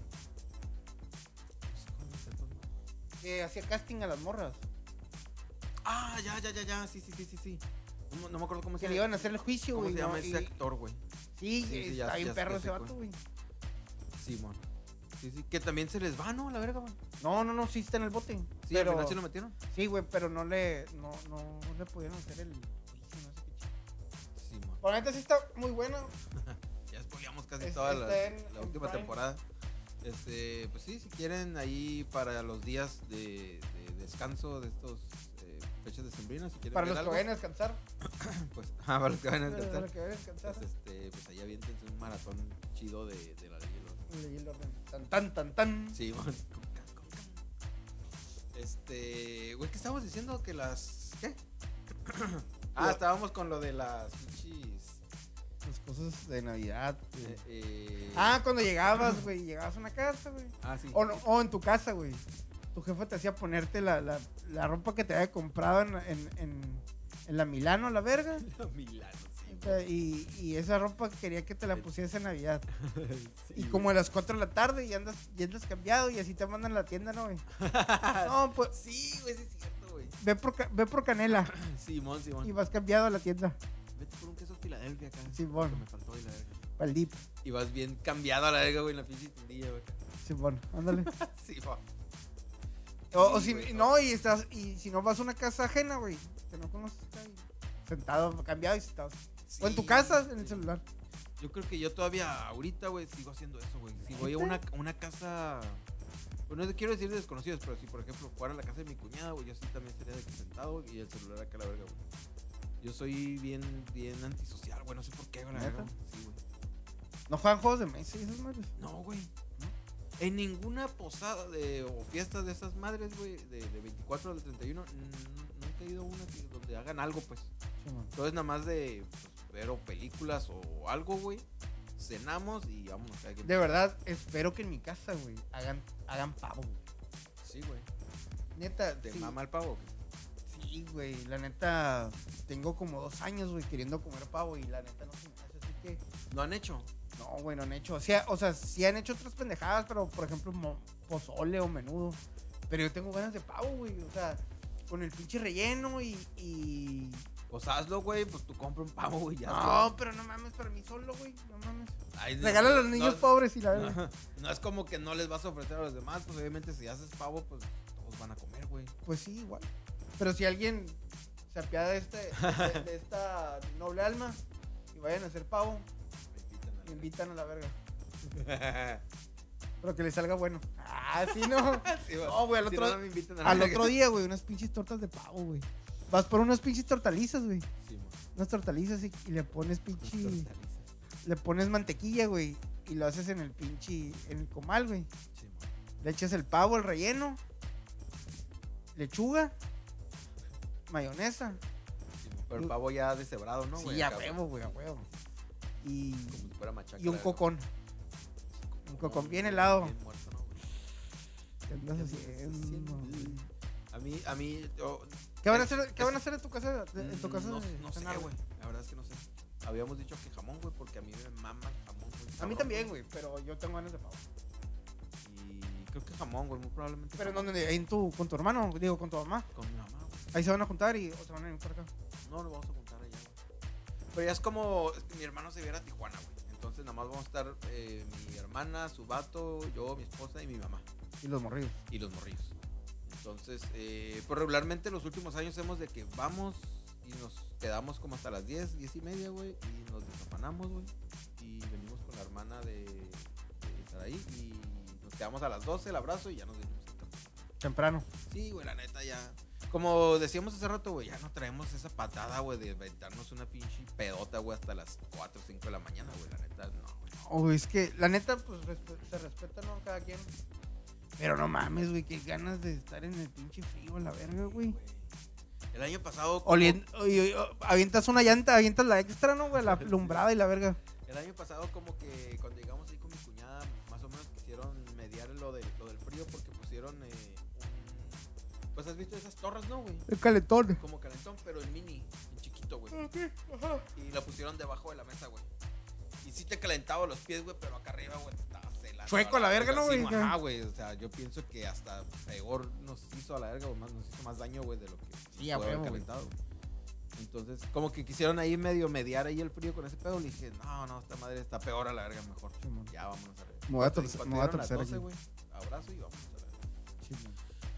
Que hacía casting a las morras. Ah, ya, ya, ya, ya. Sí, sí, sí, sí, sí. No, no me acuerdo cómo se Que le iban a hacer el juicio, ¿Cómo güey. se llama ¿no? ese Y- actor, güey? Sí, Sí, sí, ya- está bien ya- perro ya ese sé vato, cuál. güey. Simón. Sí, sí. Que también se les va, ¿no? La verga, güey. No, no, no, sí está en el bote. Sí, pero, al final sí lo metieron. sí, güey, pero no le, no, no le pudieron hacer el juicio, no sé qué chido. Simón. Por la neta sí está muy buena. Ya spoileamos casi Es- toda la, está en- la en última Prime. temporada. Este, pues sí, si quieren ahí para los días de, de descanso de estos eh, fechas decembrinas, si quieren Para ver los que algo, vayan a descansar. pues, ah, para los que vayan a Para descansar, los que vayan a descansar. pues, este, pues ahí aviéntense un maratón chido de, de la ley y el orden. Leí el orden. Tan, tan, tan, tan. Sí, vamos. Este, güey, ¿qué estábamos diciendo? Que las, ¿qué? ah, estábamos con lo de las pinches. Las cosas de Navidad. güey. eh, eh, Ah, cuando llegabas, güey. Llegabas a una casa, güey. ah, sí. O, no- o en tu casa, güey. Tu jefa te hacía ponerte la, la, la ropa que te había comprado en, en, en, en la Milano, la verga. La Milano, sí. O sea, Y, y esa ropa quería que te la pusieras en Navidad. Sí, Y güey. como a las cuatro de la tarde y andas, y andas cambiado y así te mandan a la tienda, ¿no, güey? No, pues Sí, güey, sí es cierto, güey. ve por, ca- ve por canela Simón, Simón. y vas cambiado a la tienda. Vete por un queso Filadelfia acá. Simón. Que me faltó y la verga. Para el dip. Y vas bien cambiado a la verga, güey, en la pinche tendilla, güey. Simón, ándale. Sí, va. O, o Sí, si güey, no, y estás, y si no vas a una casa ajena, güey, que no conoces, ahí, sentado, cambiado y sentado. O en tu Sí, casa, en el sí. celular. Yo creo que yo todavía ahorita, güey, sigo haciendo eso, güey. Si voy a una, una casa, pues no quiero decir de desconocidos, pero si por ejemplo fuera a la casa de mi cuñada, güey, yo sí también estaría de que sentado y el celular acá a la verga, güey. Yo soy bien, bien antisocial, güey, no sé por qué, güey, la ¿Neta? verga. Sí, güey. No juegan juegos de mesa y esas madres. No, güey. En ninguna posada de, o fiestas de esas madres, güey, de, de veinticuatro al treinta y uno, n- nunca he ido a una que, donde hagan algo, pues. Simón. Todo es nada más de pues, ver o películas o algo, güey. Cenamos y vámonos. cada quien. De verdad, espero que en mi casa, güey, hagan, hagan pavo, güey. Sí, güey. Neta, ¿Te sí, mama el pavo? o qué? sí, güey, la neta, tengo como dos años, güey, queriendo comer pavo y la neta no se me hace, así que... ¿Lo han hecho? No, güey, no han hecho. O sea, o sea, sí han hecho otras pendejadas, pero por ejemplo, mo- pozole o menudo. Pero yo tengo ganas de pavo, güey. O sea, con el pinche relleno y. y... Pues hazlo, güey. Pues tú compra un pavo, güey. Ya No, pero no mames, para mí solo, güey. No mames. Ay, Regala a los no- niños no- pobres y la verdad. No, no es como que no les vas a ofrecer a los demás. Pues obviamente si haces pavo, pues todos van a comer, güey. Pues sí, igual. Pero si alguien se apiada de, este, de, de esta noble alma y vayan a hacer pavo, Me invitan Me invitan a la verga. Pero que le salga bueno. Ah, sí, no. Sí, va. No, güey, al Si otro, no, no me invitan a la al verga. otro día, güey, unas pinches tortas de pavo, güey. Vas por unas pinches tortalizas, güey. Sí, mo. Unas tortalizas y, y le pones pinche... Unas tortalizas. Le pones mantequilla, güey. Y lo haces en el pinche... En el comal, güey. Sí, mo. Le echas el pavo, el relleno. Lechuga. Mayonesa. Sí, mo. Pero el pavo ya deshebrado, ¿no, güey? Sí, a Acá, huevo, güey, a huevo. Y... Como si fuera machaca. Y un la cocón. verga. Un cocón bien helado. Bien muerto, ¿no, güey? ¿Qué andas ¿Qué andas haciendo, haciendo? güey? A mí, a mí, yo, ¿Qué van a es- hacer, ¿qué es- van a hacer en tu casa? En tu casa No, de no sé, cenar, güey. La verdad es que no sé. Habíamos dicho que jamón, güey, porque a mí me mama el jamón, güey. A mí cabrón, también, güey, pero yo tengo ganas de pavo. Y creo que jamón, güey, muy probablemente. Pero ¿en jamón. dónde? ¿Ahí en tu, con tu hermano? Digo, con tu mamá. Con mi mamá, güey. Ahí se van a juntar y o se van a ir por acá. No, nos vamos a juntar allá, güey. Pero ya es como, es que mi hermano se viera a Tijuana, güey. Entonces nada más vamos a estar eh, mi hermana, su vato, yo, mi esposa y mi mamá. Y los morrillos. Y los morrillos. Entonces, eh, pues regularmente los últimos años hemos de que vamos y nos quedamos como hasta las diez, diez y media, güey. Y nos desafanamos, güey. Y venimos con la hermana de, de Saraí y nos quedamos a las doce, el abrazo y ya nos venimos a casa. Temprano. Sí, güey, la neta ya. Como decíamos hace rato, güey, ya no traemos esa patada, güey, de aventarnos una pinche pedota, güey, hasta las cuatro o cinco de la mañana, güey. La neta, no, güey. O es que, la neta, pues respe- se respeta, ¿no? Cada quien. Pero no mames, güey, qué ganas de estar en el pinche frío, la verga, güey. El año pasado. como- Oliendo, oye, oye, oh, avientas una llanta, avientas la extra, ¿no, güey? La alumbrada y la verga. El año pasado como que cuando llegamos ahí con mi cuñada, más o menos quisieron mediar lo, de, lo del frío porque pusieron eh, un... Pues has visto esas torres, ¿no, güey? El calentón. Como calentón, pero en mini, en chiquito, güey. Y la pusieron debajo de la mesa, güey. Y sí te calentaba los pies, güey, pero acá arriba, güey, te estaba celando. Chueco a la verga, ¿no, Sí, güey? ajá, güey. O sea, yo pienso que hasta peor nos hizo a la verga, o más, nos hizo más daño, güey, de lo que Sí, a pudo haber huevo, güey. calentado. Entonces, como que quisieron ahí medio mediar ahí el frío con ese pedo. Le dije, no, no, esta madre está peor a la verga, mejor. Simón. Ya, vámonos a ver. Me voy a Cuando- torcer- cuando me voy a dieron las torcer doce, aquí. güey, abrazo y vámonos a la verga.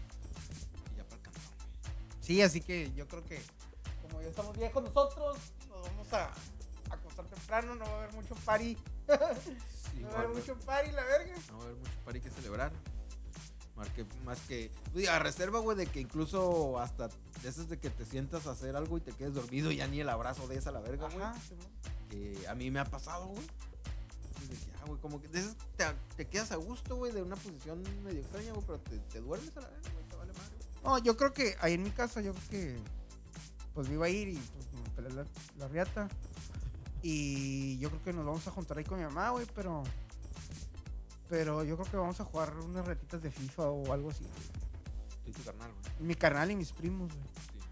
Y ya para el cantón, güey. Sí, así que yo creo que como ya estamos viejos nosotros, nos vamos a acostar temprano, no va a haber mucho party. Sí, No va a haber no, mucho party, la verga. no va a haber mucho party que celebrar. Más que, más que uy, a reserva, güey, de que incluso hasta de esas de que te sientas a hacer algo y te quedes dormido y ya ni el abrazo de esa la verga, güey. Ajá, Simón. Que a mí me ha pasado, güey. Y de que, ah, güey, como que de esas te, te quedas a gusto, güey, de una posición medio extraña, güey, pero te, te duermes a la verga, güey, te vale madre, güey. No, yo creo que ahí en mi casa, yo creo que pues me iba a ir y pues me pelé la, la riata. Y yo creo que nos vamos a juntar ahí con mi mamá, güey, pero pero yo creo que vamos a jugar unas retitas de FIFA o algo así, güey. Tú y tu carnal, güey. Mi carnal y mis primos, güey.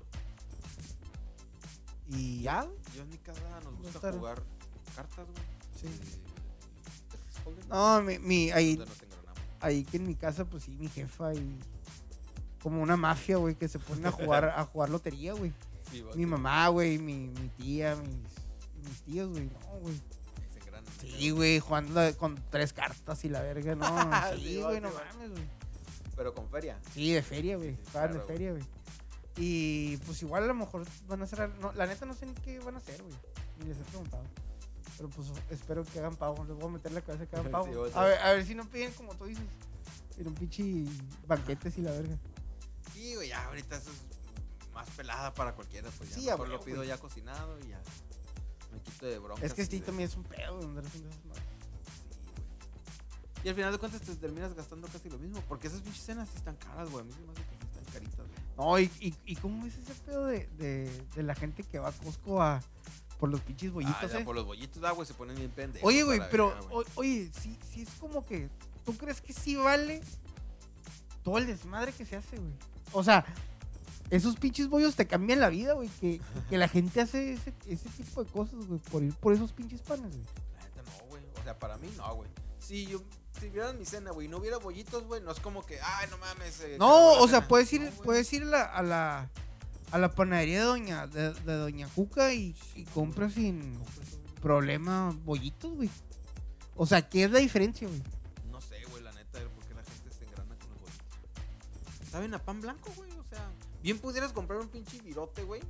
Sí. Y ya, güey. Yo en mi casa nos Va a gusta estar- jugar cartas, güey. Sí. Eh, Texas Hold'em, No, mi, mi, ahí, donde nos engranamos. ahí que en mi casa, pues sí, mi jefa y como una mafia, güey, que se ponen a jugar, a jugar lotería, güey. Sí, va, Mi sí. mamá, güey, mi, mi tía, mis, mis tíos, güey, no, güey. Ahí se engranan. Sí, güey, jugando la- con tres cartas y la verga, no. Sí, Sí, va, güey, sí, no va. mames, güey. Pero con feria. Sí, de feria, güey. Sí, sí, Estaban de claro, feria, güey. Y pues igual a lo mejor van a hacer. No, la neta no sé ni qué van a hacer, güey. Ni les he preguntado. Pero pues espero que hagan pavo. Les voy a meter en la cabeza que hagan Sí, pavo. vas a a, ver. ver, a ver si no piden como tú dices. En un pinche banquetes y la verga. Sí, güey, ya ahorita eso es más pelada para cualquiera, pues ya Sí, mejor a lo huevo, pido güey. ya cocinado y ya me quito de broncas. Es que y este de- también es un pedo de andar haciendo esas madres. Sí, güey. Y al final de cuentas te terminas gastando casi lo mismo, porque esas pinches cenas sí están caras, güey. A mí se me hace que sí están caritas, güey. No, y, y, y cómo es ese pedo de, de, de la gente que va a Costco a, por los pinches bollitos, Ah, ya eh? por los bollitos, ah, güey, se ponen bien pendejos. Oye, a güey, la pero, verga, güey. o- oye, sí, sí es como que, ¿tú crees que sí vale todo el desmadre que se hace, güey? O sea, esos pinches bollos te cambian la vida, güey, que, que la gente hace ese, ese tipo de cosas, güey, por ir por esos pinches panes, güey. La neta no, güey. O sea, para mí no, güey. Si yo, si vieran mi cena, güey, y no hubiera bollitos, güey, no es como que, ay, no mames. eh, No, acabó la o sea, cena. puedes ir, No, güey. puedes ir a la, a la, a la panadería de Doña, de, de Doña Cuca y, y compras sin Compras, güey. problema bollitos, güey. O sea, ¿qué es la diferencia, güey? No sé, güey, la neta, por qué la gente se engrana con los bollitos. ¿Saben a pan blanco, güey? O sea, bien pudieras comprar un pinche virote, güey.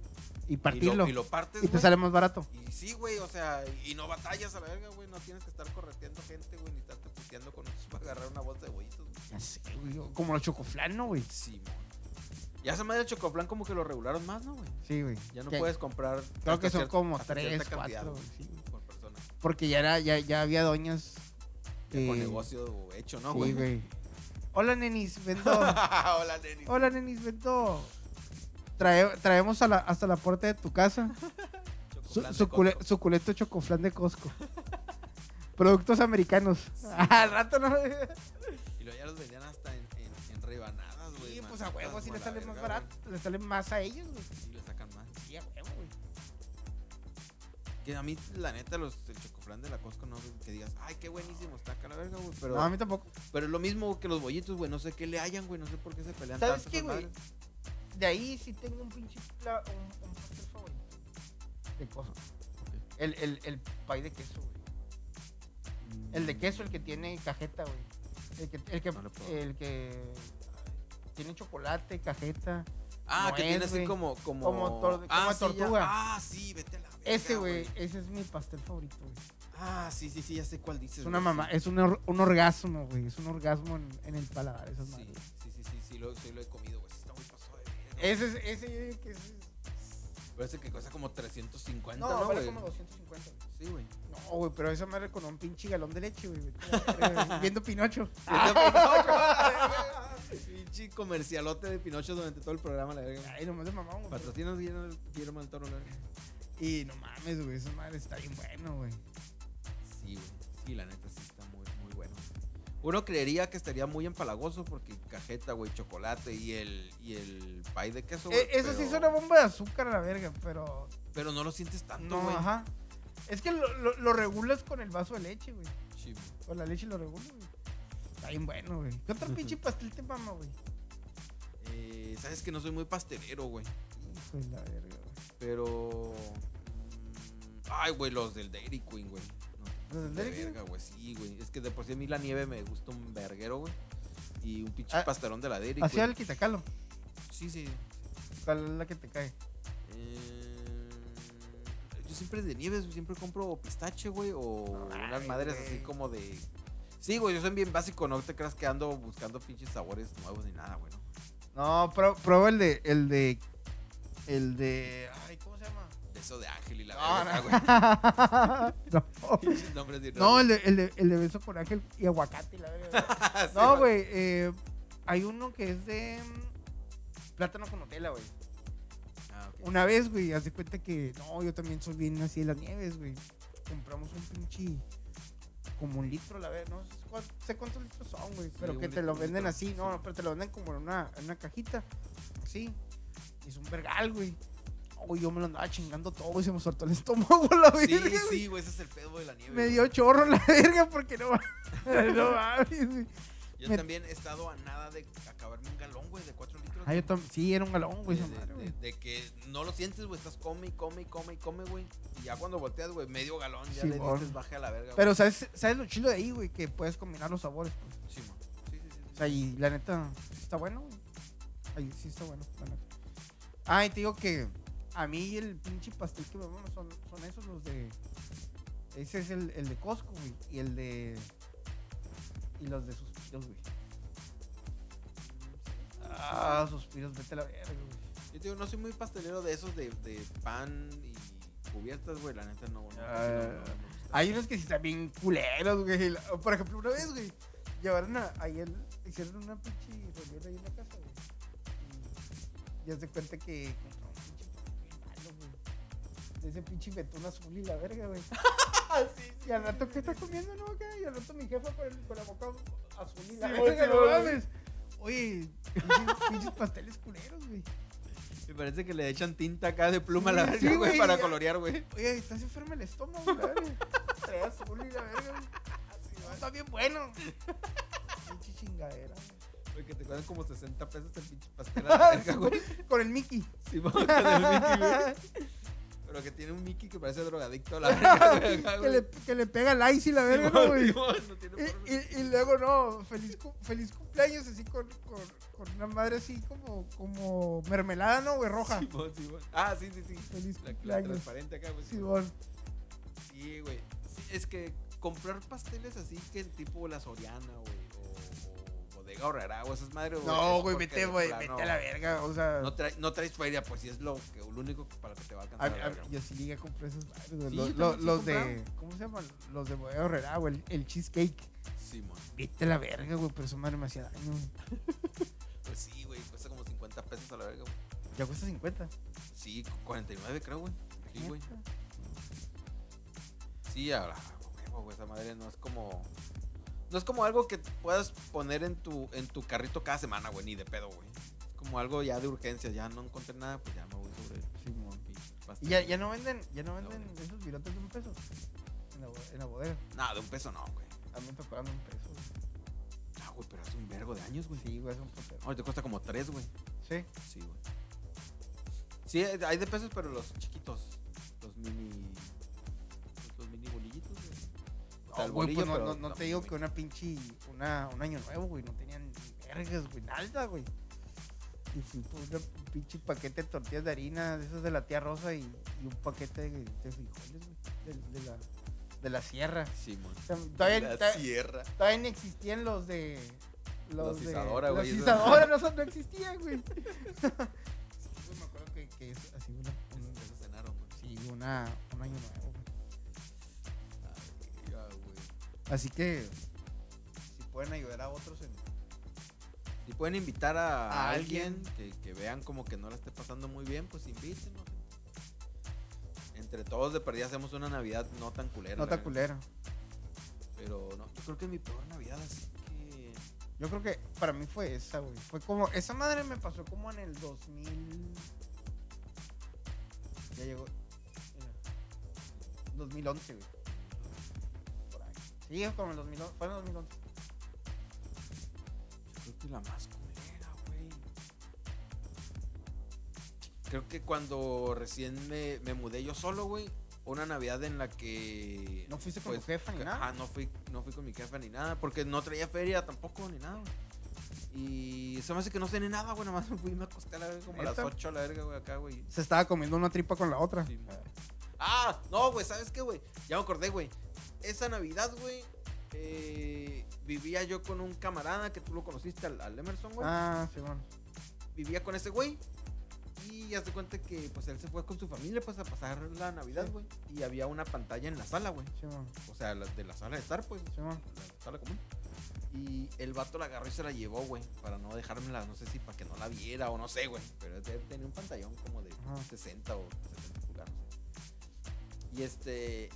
Y partirlo. Y lo, y lo partes, Y te güey. sale más barato. Y sí, güey, o sea, y no batallas a la verga, güey. No tienes que estar correteando gente, güey, ni estarte puteando con otros para agarrar una bolsa de bollitos, güey. Ya sé, güey. Como los chocoflan, ¿no, güey? Sí, mon. Ya esa madre de chocoflan como que lo regularon más, ¿no, güey? Sí, güey. Ya no Que- puedes comprar. Creo hasta que son cierta- como hasta tres, cierta cantidad, cuatro, güey, sí, güey. por persona. Porque ya, era, ya, ya había doñas Ya con que- negocio hecho, ¿no, Sí, güey? güey. Hola, nenis, vendo. Hola, Neni. Hola, nenis, vendo. Trae, traemos a la, hasta la puerta de tu casa su, Chocoflan de sucule- Costco. suculento chocoflan de Costco. Productos americanos. Al rato no. Y luego ya los vendían hasta en, en, en rebanadas, güey. Sí, más pues a huevo, altas, sí como le la sale más verga, barato. Le sale más a ellos, güey. güey. Sí, le sacan más. Sí, a huevo, güey. Que a mí, la neta, los, el chocoflan de la Costco, no, que digas, ay, qué buenísimo está acá la verga, güey. Pero, No, a mí tampoco. pero es lo mismo que los bollitos, güey. No sé qué le hayan, güey. No sé por qué se pelean ¿Sabes tanto qué, esas güey? madres. De ahí sí tengo un pinche pla- un, un pastel favorito. De Costco. El, el, el pay de queso, güey. El de queso, el que tiene cajeta, güey. El que, el que, No lo puedo. el que tiene chocolate, cajeta. Ah, que nuez, tiene así güey. como. Como, Como tor- como ah, de sí, tortuga. ya. Ah, sí, vete a la verga. Ese, güey, ese es mi pastel favorito, güey. Ah, sí, sí, sí, ya sé cuál dices. Es una güey, mamá, sí. es un, or- un orgasmo, güey. Es un orgasmo en, en el paladar, esas Sí, madres. sí, sí, sí, sí, lo, sí lo he comido, güey. Sí, está muy pasado de verga. Ese es, ese que es. Parece que cuesta como trescientos cincuenta, No, ¿no, vale güey? como doscientos cincuenta. güey. Sí, güey. No, güey, pero esa madre con un pinche galón de leche, güey. vete a la verga, güey, Viendo Pinocho. Pinche comercialote de Pinocho durante todo el programa, la verga. Ay, nomás de mamón, güey. Patrocinos Guillermo Guillermo del Toro, la verga. Y no mames, güey, esa madre está bien bueno, güey. Sí, güey. Sí, la neta sí está muy, muy bueno. Uno creería que estaría muy empalagoso porque cajeta, güey, chocolate y el, y el pay de queso, güey. Eh, eso sí pero- es una bomba de azúcar a la verga, pero. Pero no lo sientes tanto, No, güey. ajá. Es que lo, lo, lo regulas con el vaso de leche, güey. Sí, güey. Con la leche lo regulas, güey. Está bien bueno, güey. ¿Qué otro pinche pastel te mama, güey? Eh, Sabes que no soy muy pastelero, güey. Hijo de la verga, güey. Pero. mm, Ay, güey, los del Dairy Queen, güey. No, ¿Los del de Dairy Queen? verga, güey, sí, güey. Es que de por sí a mí la nieve me gusta un verguero, güey. Y un pinche Ah, pastelón de la Dairy Hacía Queen. el quitacalo. Sí, sí. ¿Cuál es la que te cae? Eh, yo siempre de nieves, siempre compro pistache, güey, o Ay, unas madres güey. así como de... Sí, güey, yo soy bien básico, no te creas que ando buscando pinches sabores nuevos ni nada, güey. ¿no? No, pro- prueba el de. El de. El de. Ay, ¿cómo se llama? Beso de ángel y la No, verga, güey. no. no. Pinches nombres bien No, raros. el de, el, de, el de beso con ángel y aguacate y la verga. Sí, No, güey. Eh, hay uno que es de. mm, Plátano con Nutella, güey. Ah, ok. Una vez, güey, haz de cuenta que. No, yo también soy bien así de las nieves, güey. Compramos un pinche. Como un litro, la verdad, no sé cuán- sé cuántos litros son, güey. Pero un que te litro, lo un venden litro, así, no, sí. no, pero te lo venden como en una, en una cajita. Sí. Y es un vergal, güey. Uy, yo me lo andaba chingando todo y se me soltó el estómago, la Sí, verga. güey. sí, güey, ese es el pedo de la nieve. Me güey. dio chorro la verga porque no, no mames, güey. Yo me- también he estado a nada de acabarme un galón, güey, de cuatro litros. Ah, yo tam- sí, era un galón, güey, de, esa madre, de- güey. de que no lo sientes, güey, estás come y come y come y come, güey. Y ya cuando volteas, güey, medio galón, ya Sí, le mon. dices baje a la verga. Pero ¿sabes, ¿sabes lo chido de ahí, güey? Que puedes combinar los sabores, pues. güey. Sí, man. Sí, sí, sí, sí. O sea, y la neta, está bueno, güey. Ahí sí está bueno, la neta. Ah, y te digo que a mí el pinche pastel que me mama son, son esos los de... Ese es el, el de Costco, güey. Y el de... Y los de Suspiros, güey. Ah, Suspiros, vete a la verga, güey. Yo te digo, no soy muy pastelero de esos de, de pan y cubiertas, güey, la neta no. no, casi Ah, no, no, no me gusta. Hay unos que sí están bien culeros, güey. La- Por ejemplo, una vez, güey, llevaron a... Ayer hicieron una pinche reunión ahí en la casa, güey. Y ya se cuenta que compró un pinche pastel bien malo, güey. De ese pinche betún azul y la verga, güey. Y al rato, ¿qué está comiendo, no? Acá? Y al rato mi jefa con, el- con la boca azul y la Sí, verga, sí, no güey. mames. Oye, pinches, pinches pasteles culeros, güey. Me parece que le echan tinta acá de pluma a la Sí, verga, sí, güey, güey, para ya. colorear, güey. Oye, estás enferma el estómago, la verga. Trae azul y la verga, güey. No, está bien bueno. Pinche chingadera, güey. Güey, que te cuestan como sesenta pesos el pinche pastel a la verga, güey. Con el Mickey. Sí, vamos con el Mickey, güey. Pero que tiene un Mickey que parece drogadicto a la verga, güey, acá, que, güey. le, que le pega el ice y la verga, Simón, ¿no, güey? Simón, no tiene forma. Y, y, y luego, no, feliz, cu- feliz cumpleaños, así con, con, con una madre así como, como mermelada, ¿no, güey? Roja. Simón, Simón. Ah, sí, sí, sí. Feliz La, la cumpleaños. transparente acá, güey. Simón. Sí, güey. Sí, es que comprar pasteles así que el tipo La Soriana, güey, o, o Bodega Aurrera, o esas madres, güey. No, es güey, porque vete, de güey, plano vete a la verga, o sea... No, trae, no traes feria, pues si es lo, que, lo único para que te va a A- alcanzar. la a- verga, yo sí llegué a comprar esos madres, güey. Sí, los, yo los- también sí los de... compraba. ¿Cómo se llaman? Los de Bodega Aurrera, güey. El, el cheesecake. Sí, man. Vete a la verga, güey, pero esa madre me hacía daño. Pues sí, güey, cuesta como cincuenta pesos a la verga, güey. Ya cuesta cincuenta. Sí, cuarenta y nueve creo, güey. Sí, güey. Sí, ahora, huevo, güey, esa madre no es como... No es como algo que puedas poner en tu, en tu carrito cada semana, güey, ni de pedo, güey. Es como algo ya de urgencia, ya no encontré nada, pues ya me voy sobre Simón. pinche Y pastel. ya, ya no venden, ya no No, venden güey. esos virotes de un peso. En la, bo- en la bodega. Nah, de un peso no, güey. A mí me tocaron un peso, güey. Ah, güey, pero hace un vergo de años, güey. Sí, güey, es un putero. Ahorita cuesta como tres, güey. Sí. Sí, güey. Sí, hay de pesos, pero los chiquitos. Los mini... Los, los mini bolillitos, güey. O sea, No, el güey, bolillo, pues no, pero no, no te tamaño, digo güey. que una pinche, una, un año nuevo, güey, no tenían ni vergas, güey, nada, güey. Y fui por un pinche paquete de tortillas de harina, de esos de la tía Rosa y, y un paquete de, de frijoles, güey, de, de la, de la sierra. Sí, man. O sea, todavía, La todavía, sierra. todavía ni existían los de... Los de- Isadora, güey, Los esos. Isadora no, son- no existían, güey. Sí, güey, me acuerdo que, que es así, una, un- Esos cenaron, güey. sí, una, un año nuevo, güey. Ay, ya, güey. Así que, si pueden ayudar a otros en... Si pueden invitar a, A alguien que, que vean como que no la esté pasando muy bien, pues invítenos. Entre todos de perdida hacemos una Navidad no tan culera. No la tan verdad. culera. Pero no, yo creo que mi peor Navidad, así que... Yo creo que para mí fue esa, güey. Fue como, esa madre me pasó como en el dos mil. Ya llegó. Mira. dos mil once, güey. Por ahí. Sí, es como en el dos mil once. Fue en el dos mil once. Yo creo que la más culera, güey. Creo que cuando recién me, me mudé yo solo, güey. Una Navidad en la que... No fuiste con pues, tu jefa ni que- nada. Ajá, no fui, no fui con mi jefa ni nada. Porque no traía feria tampoco ni nada, güey. Y se me hace que no cené nada, güey. Nomás me fui y me acosté a la verga como a las ¿Neta? ocho a la verga, güey, acá, güey. Se estaba comiendo una tripa con la otra. Sí, man. Ah, no, güey, ¿sabes qué, güey? Ya me acordé, güey. Esa Navidad, güey, eh, vivía yo con un camarada que tú lo conociste, al, al Emerson, güey. Ah, sí, bueno. Vivía con ese güey. Y haz de cuenta que, pues, él se fue con su familia, pues, a pasar la Navidad, Sí. güey. Y había una pantalla en la sala, güey. Sí, bueno. O sea, la- de la sala de estar, pues. Sí, bueno. La sala común. Y el vato la agarró y se la llevó, güey. Para no dejármela, no sé si para que no la viera o no sé, güey. Pero él tenía un pantallón como de Ajá. sesenta o setenta pulgadas. Y este,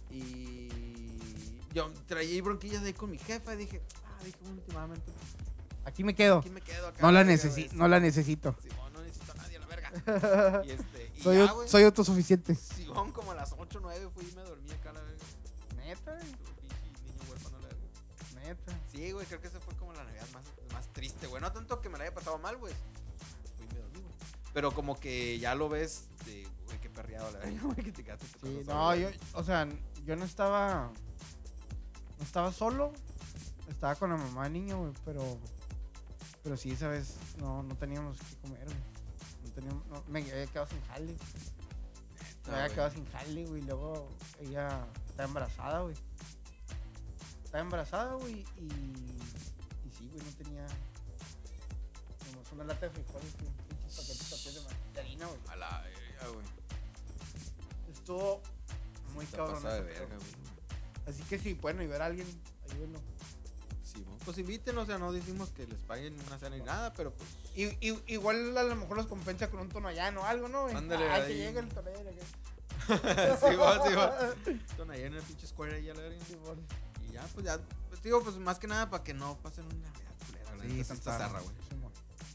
y yo traía ahí bronquillas de ahí con mi jefa y dije, ah, dije, bueno, últimamente, Aquí me quedo. aquí me quedo acá. No la verga, necesito, güey. no la necesito. Simón, no necesito a nadie a la verga. Y este, y Soy, ya, au- güey. soy autosuficiente. Simón, como a las ocho o nueve fui y me dormí acá a la verga. Neta, Pinche niño huérfano a la verga. neta. Sí, güey, creo que esa fue como la Navidad más, más triste, güey. No tanto que me la haya pasado mal, güey. Fui y me dormí, güey. Pero como que ya lo ves de, güey, qué perreado la verga, güey, que te quedaste Sí, tocando no, solo, yo, güey. o sea, yo no estaba, no estaba solo, estaba con la mamá del niño, güey, pero, pero sí, esa vez no, no teníamos que comer, güey. No teníamos, no, me había quedado sin jale, me Ah, había güey. quedado sin jale, güey, luego ella está embarazada, güey. Estaba embarazada, güey, y, y sí, güey, no tenía, nomás una lata de frijoles, güey, un pinche paquete de tortillas de ma- de harina, güey. A la verga, güey. Estuvo muy Está cabrón. pasada de ese pedo. verga, güey. Así que si pueden ayudar a alguien, ayúdenlo. Sí, bueno, pues invítenos, o sea, no decimos que les paguen una cena ni nada, pero pues Y, y- igual a lo mejor los compensa con un tonallano o algo, ¿no? güey? Ándale, Ah, ahí. que llegue el tonallano. que- sí, va, sí, va. Están ahí en el pinche square ahí a la verga. Sí, bueno. Y ya, pues ya, pues digo, pues más que nada para que no pasen una Navidad culera, la Sí, neta, sí tan está zarra. zarra, güey. Sí, bueno.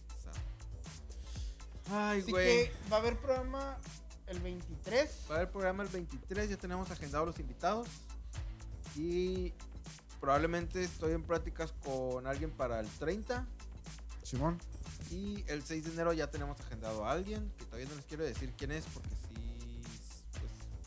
Zarra. Ay, Así güey. que va a haber programa el veintitrés. Va a haber programa el veintitrés, ya tenemos agendados los invitados. Y probablemente estoy en prácticas con alguien para el treinta. Simón. Y el seis de enero ya tenemos agendado a alguien, que todavía no les quiero decir quién es, porque sí, pues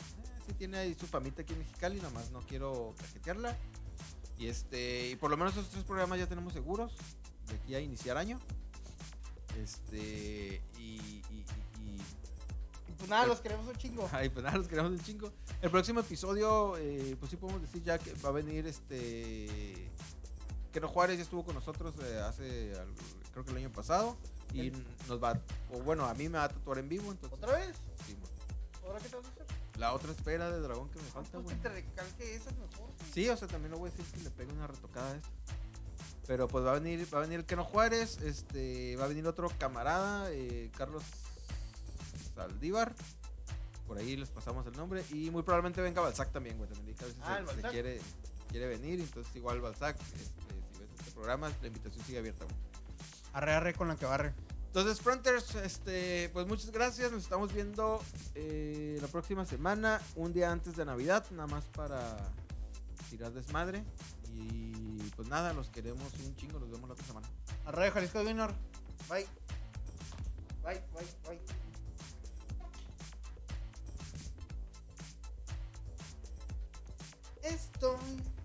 sí tiene ahí su famita aquí en Mexicali, nada más no quiero cajetearla. Y este, y por lo menos esos tres programas ya tenemos seguros de aquí a iniciar año. Este, y, y, y, y Y pues nada, los queremos un chingo. ay, pues nada, los queremos un chingo. El próximo episodio, eh, pues sí podemos decir ya que va a venir este. Keno Juárez ya estuvo con nosotros eh, hace, al- creo que el año pasado. Y ¿El? nos va, o bueno, a mí me va a tatuar en vivo. Entonces, ¿Otra vez? sí, mo- ¿Ahora qué te vas a hacer? la otra esfera de dragón que me falta, Pues güey. que te recalque esa es mejor. güey. Sí, o sea, también lo voy a decir que le pegue una retocada a esto. Pero pues va a venir, va a venir el Keno Juárez, este, va a venir otro camarada, eh, Carlos Saldívar. Por ahí les pasamos el nombre. Y muy probablemente venga Balzac también, güey. También que a veces Ah, se- el se, Balzac. quiere, quiere venir. Entonces igual Balzac, este, si ves este programa, la invitación sigue abierta, güey. Arre, arre con la que barre. Entonces, Fronters, este, pues muchas gracias. Nos estamos viendo eh, la próxima semana, un día antes de Navidad, nada más para tirar desmadre. Y pues nada, los queremos un chingo. Nos vemos la otra semana. Arre, Jalisco Junior. Bye. Bye, bye, bye. Estoy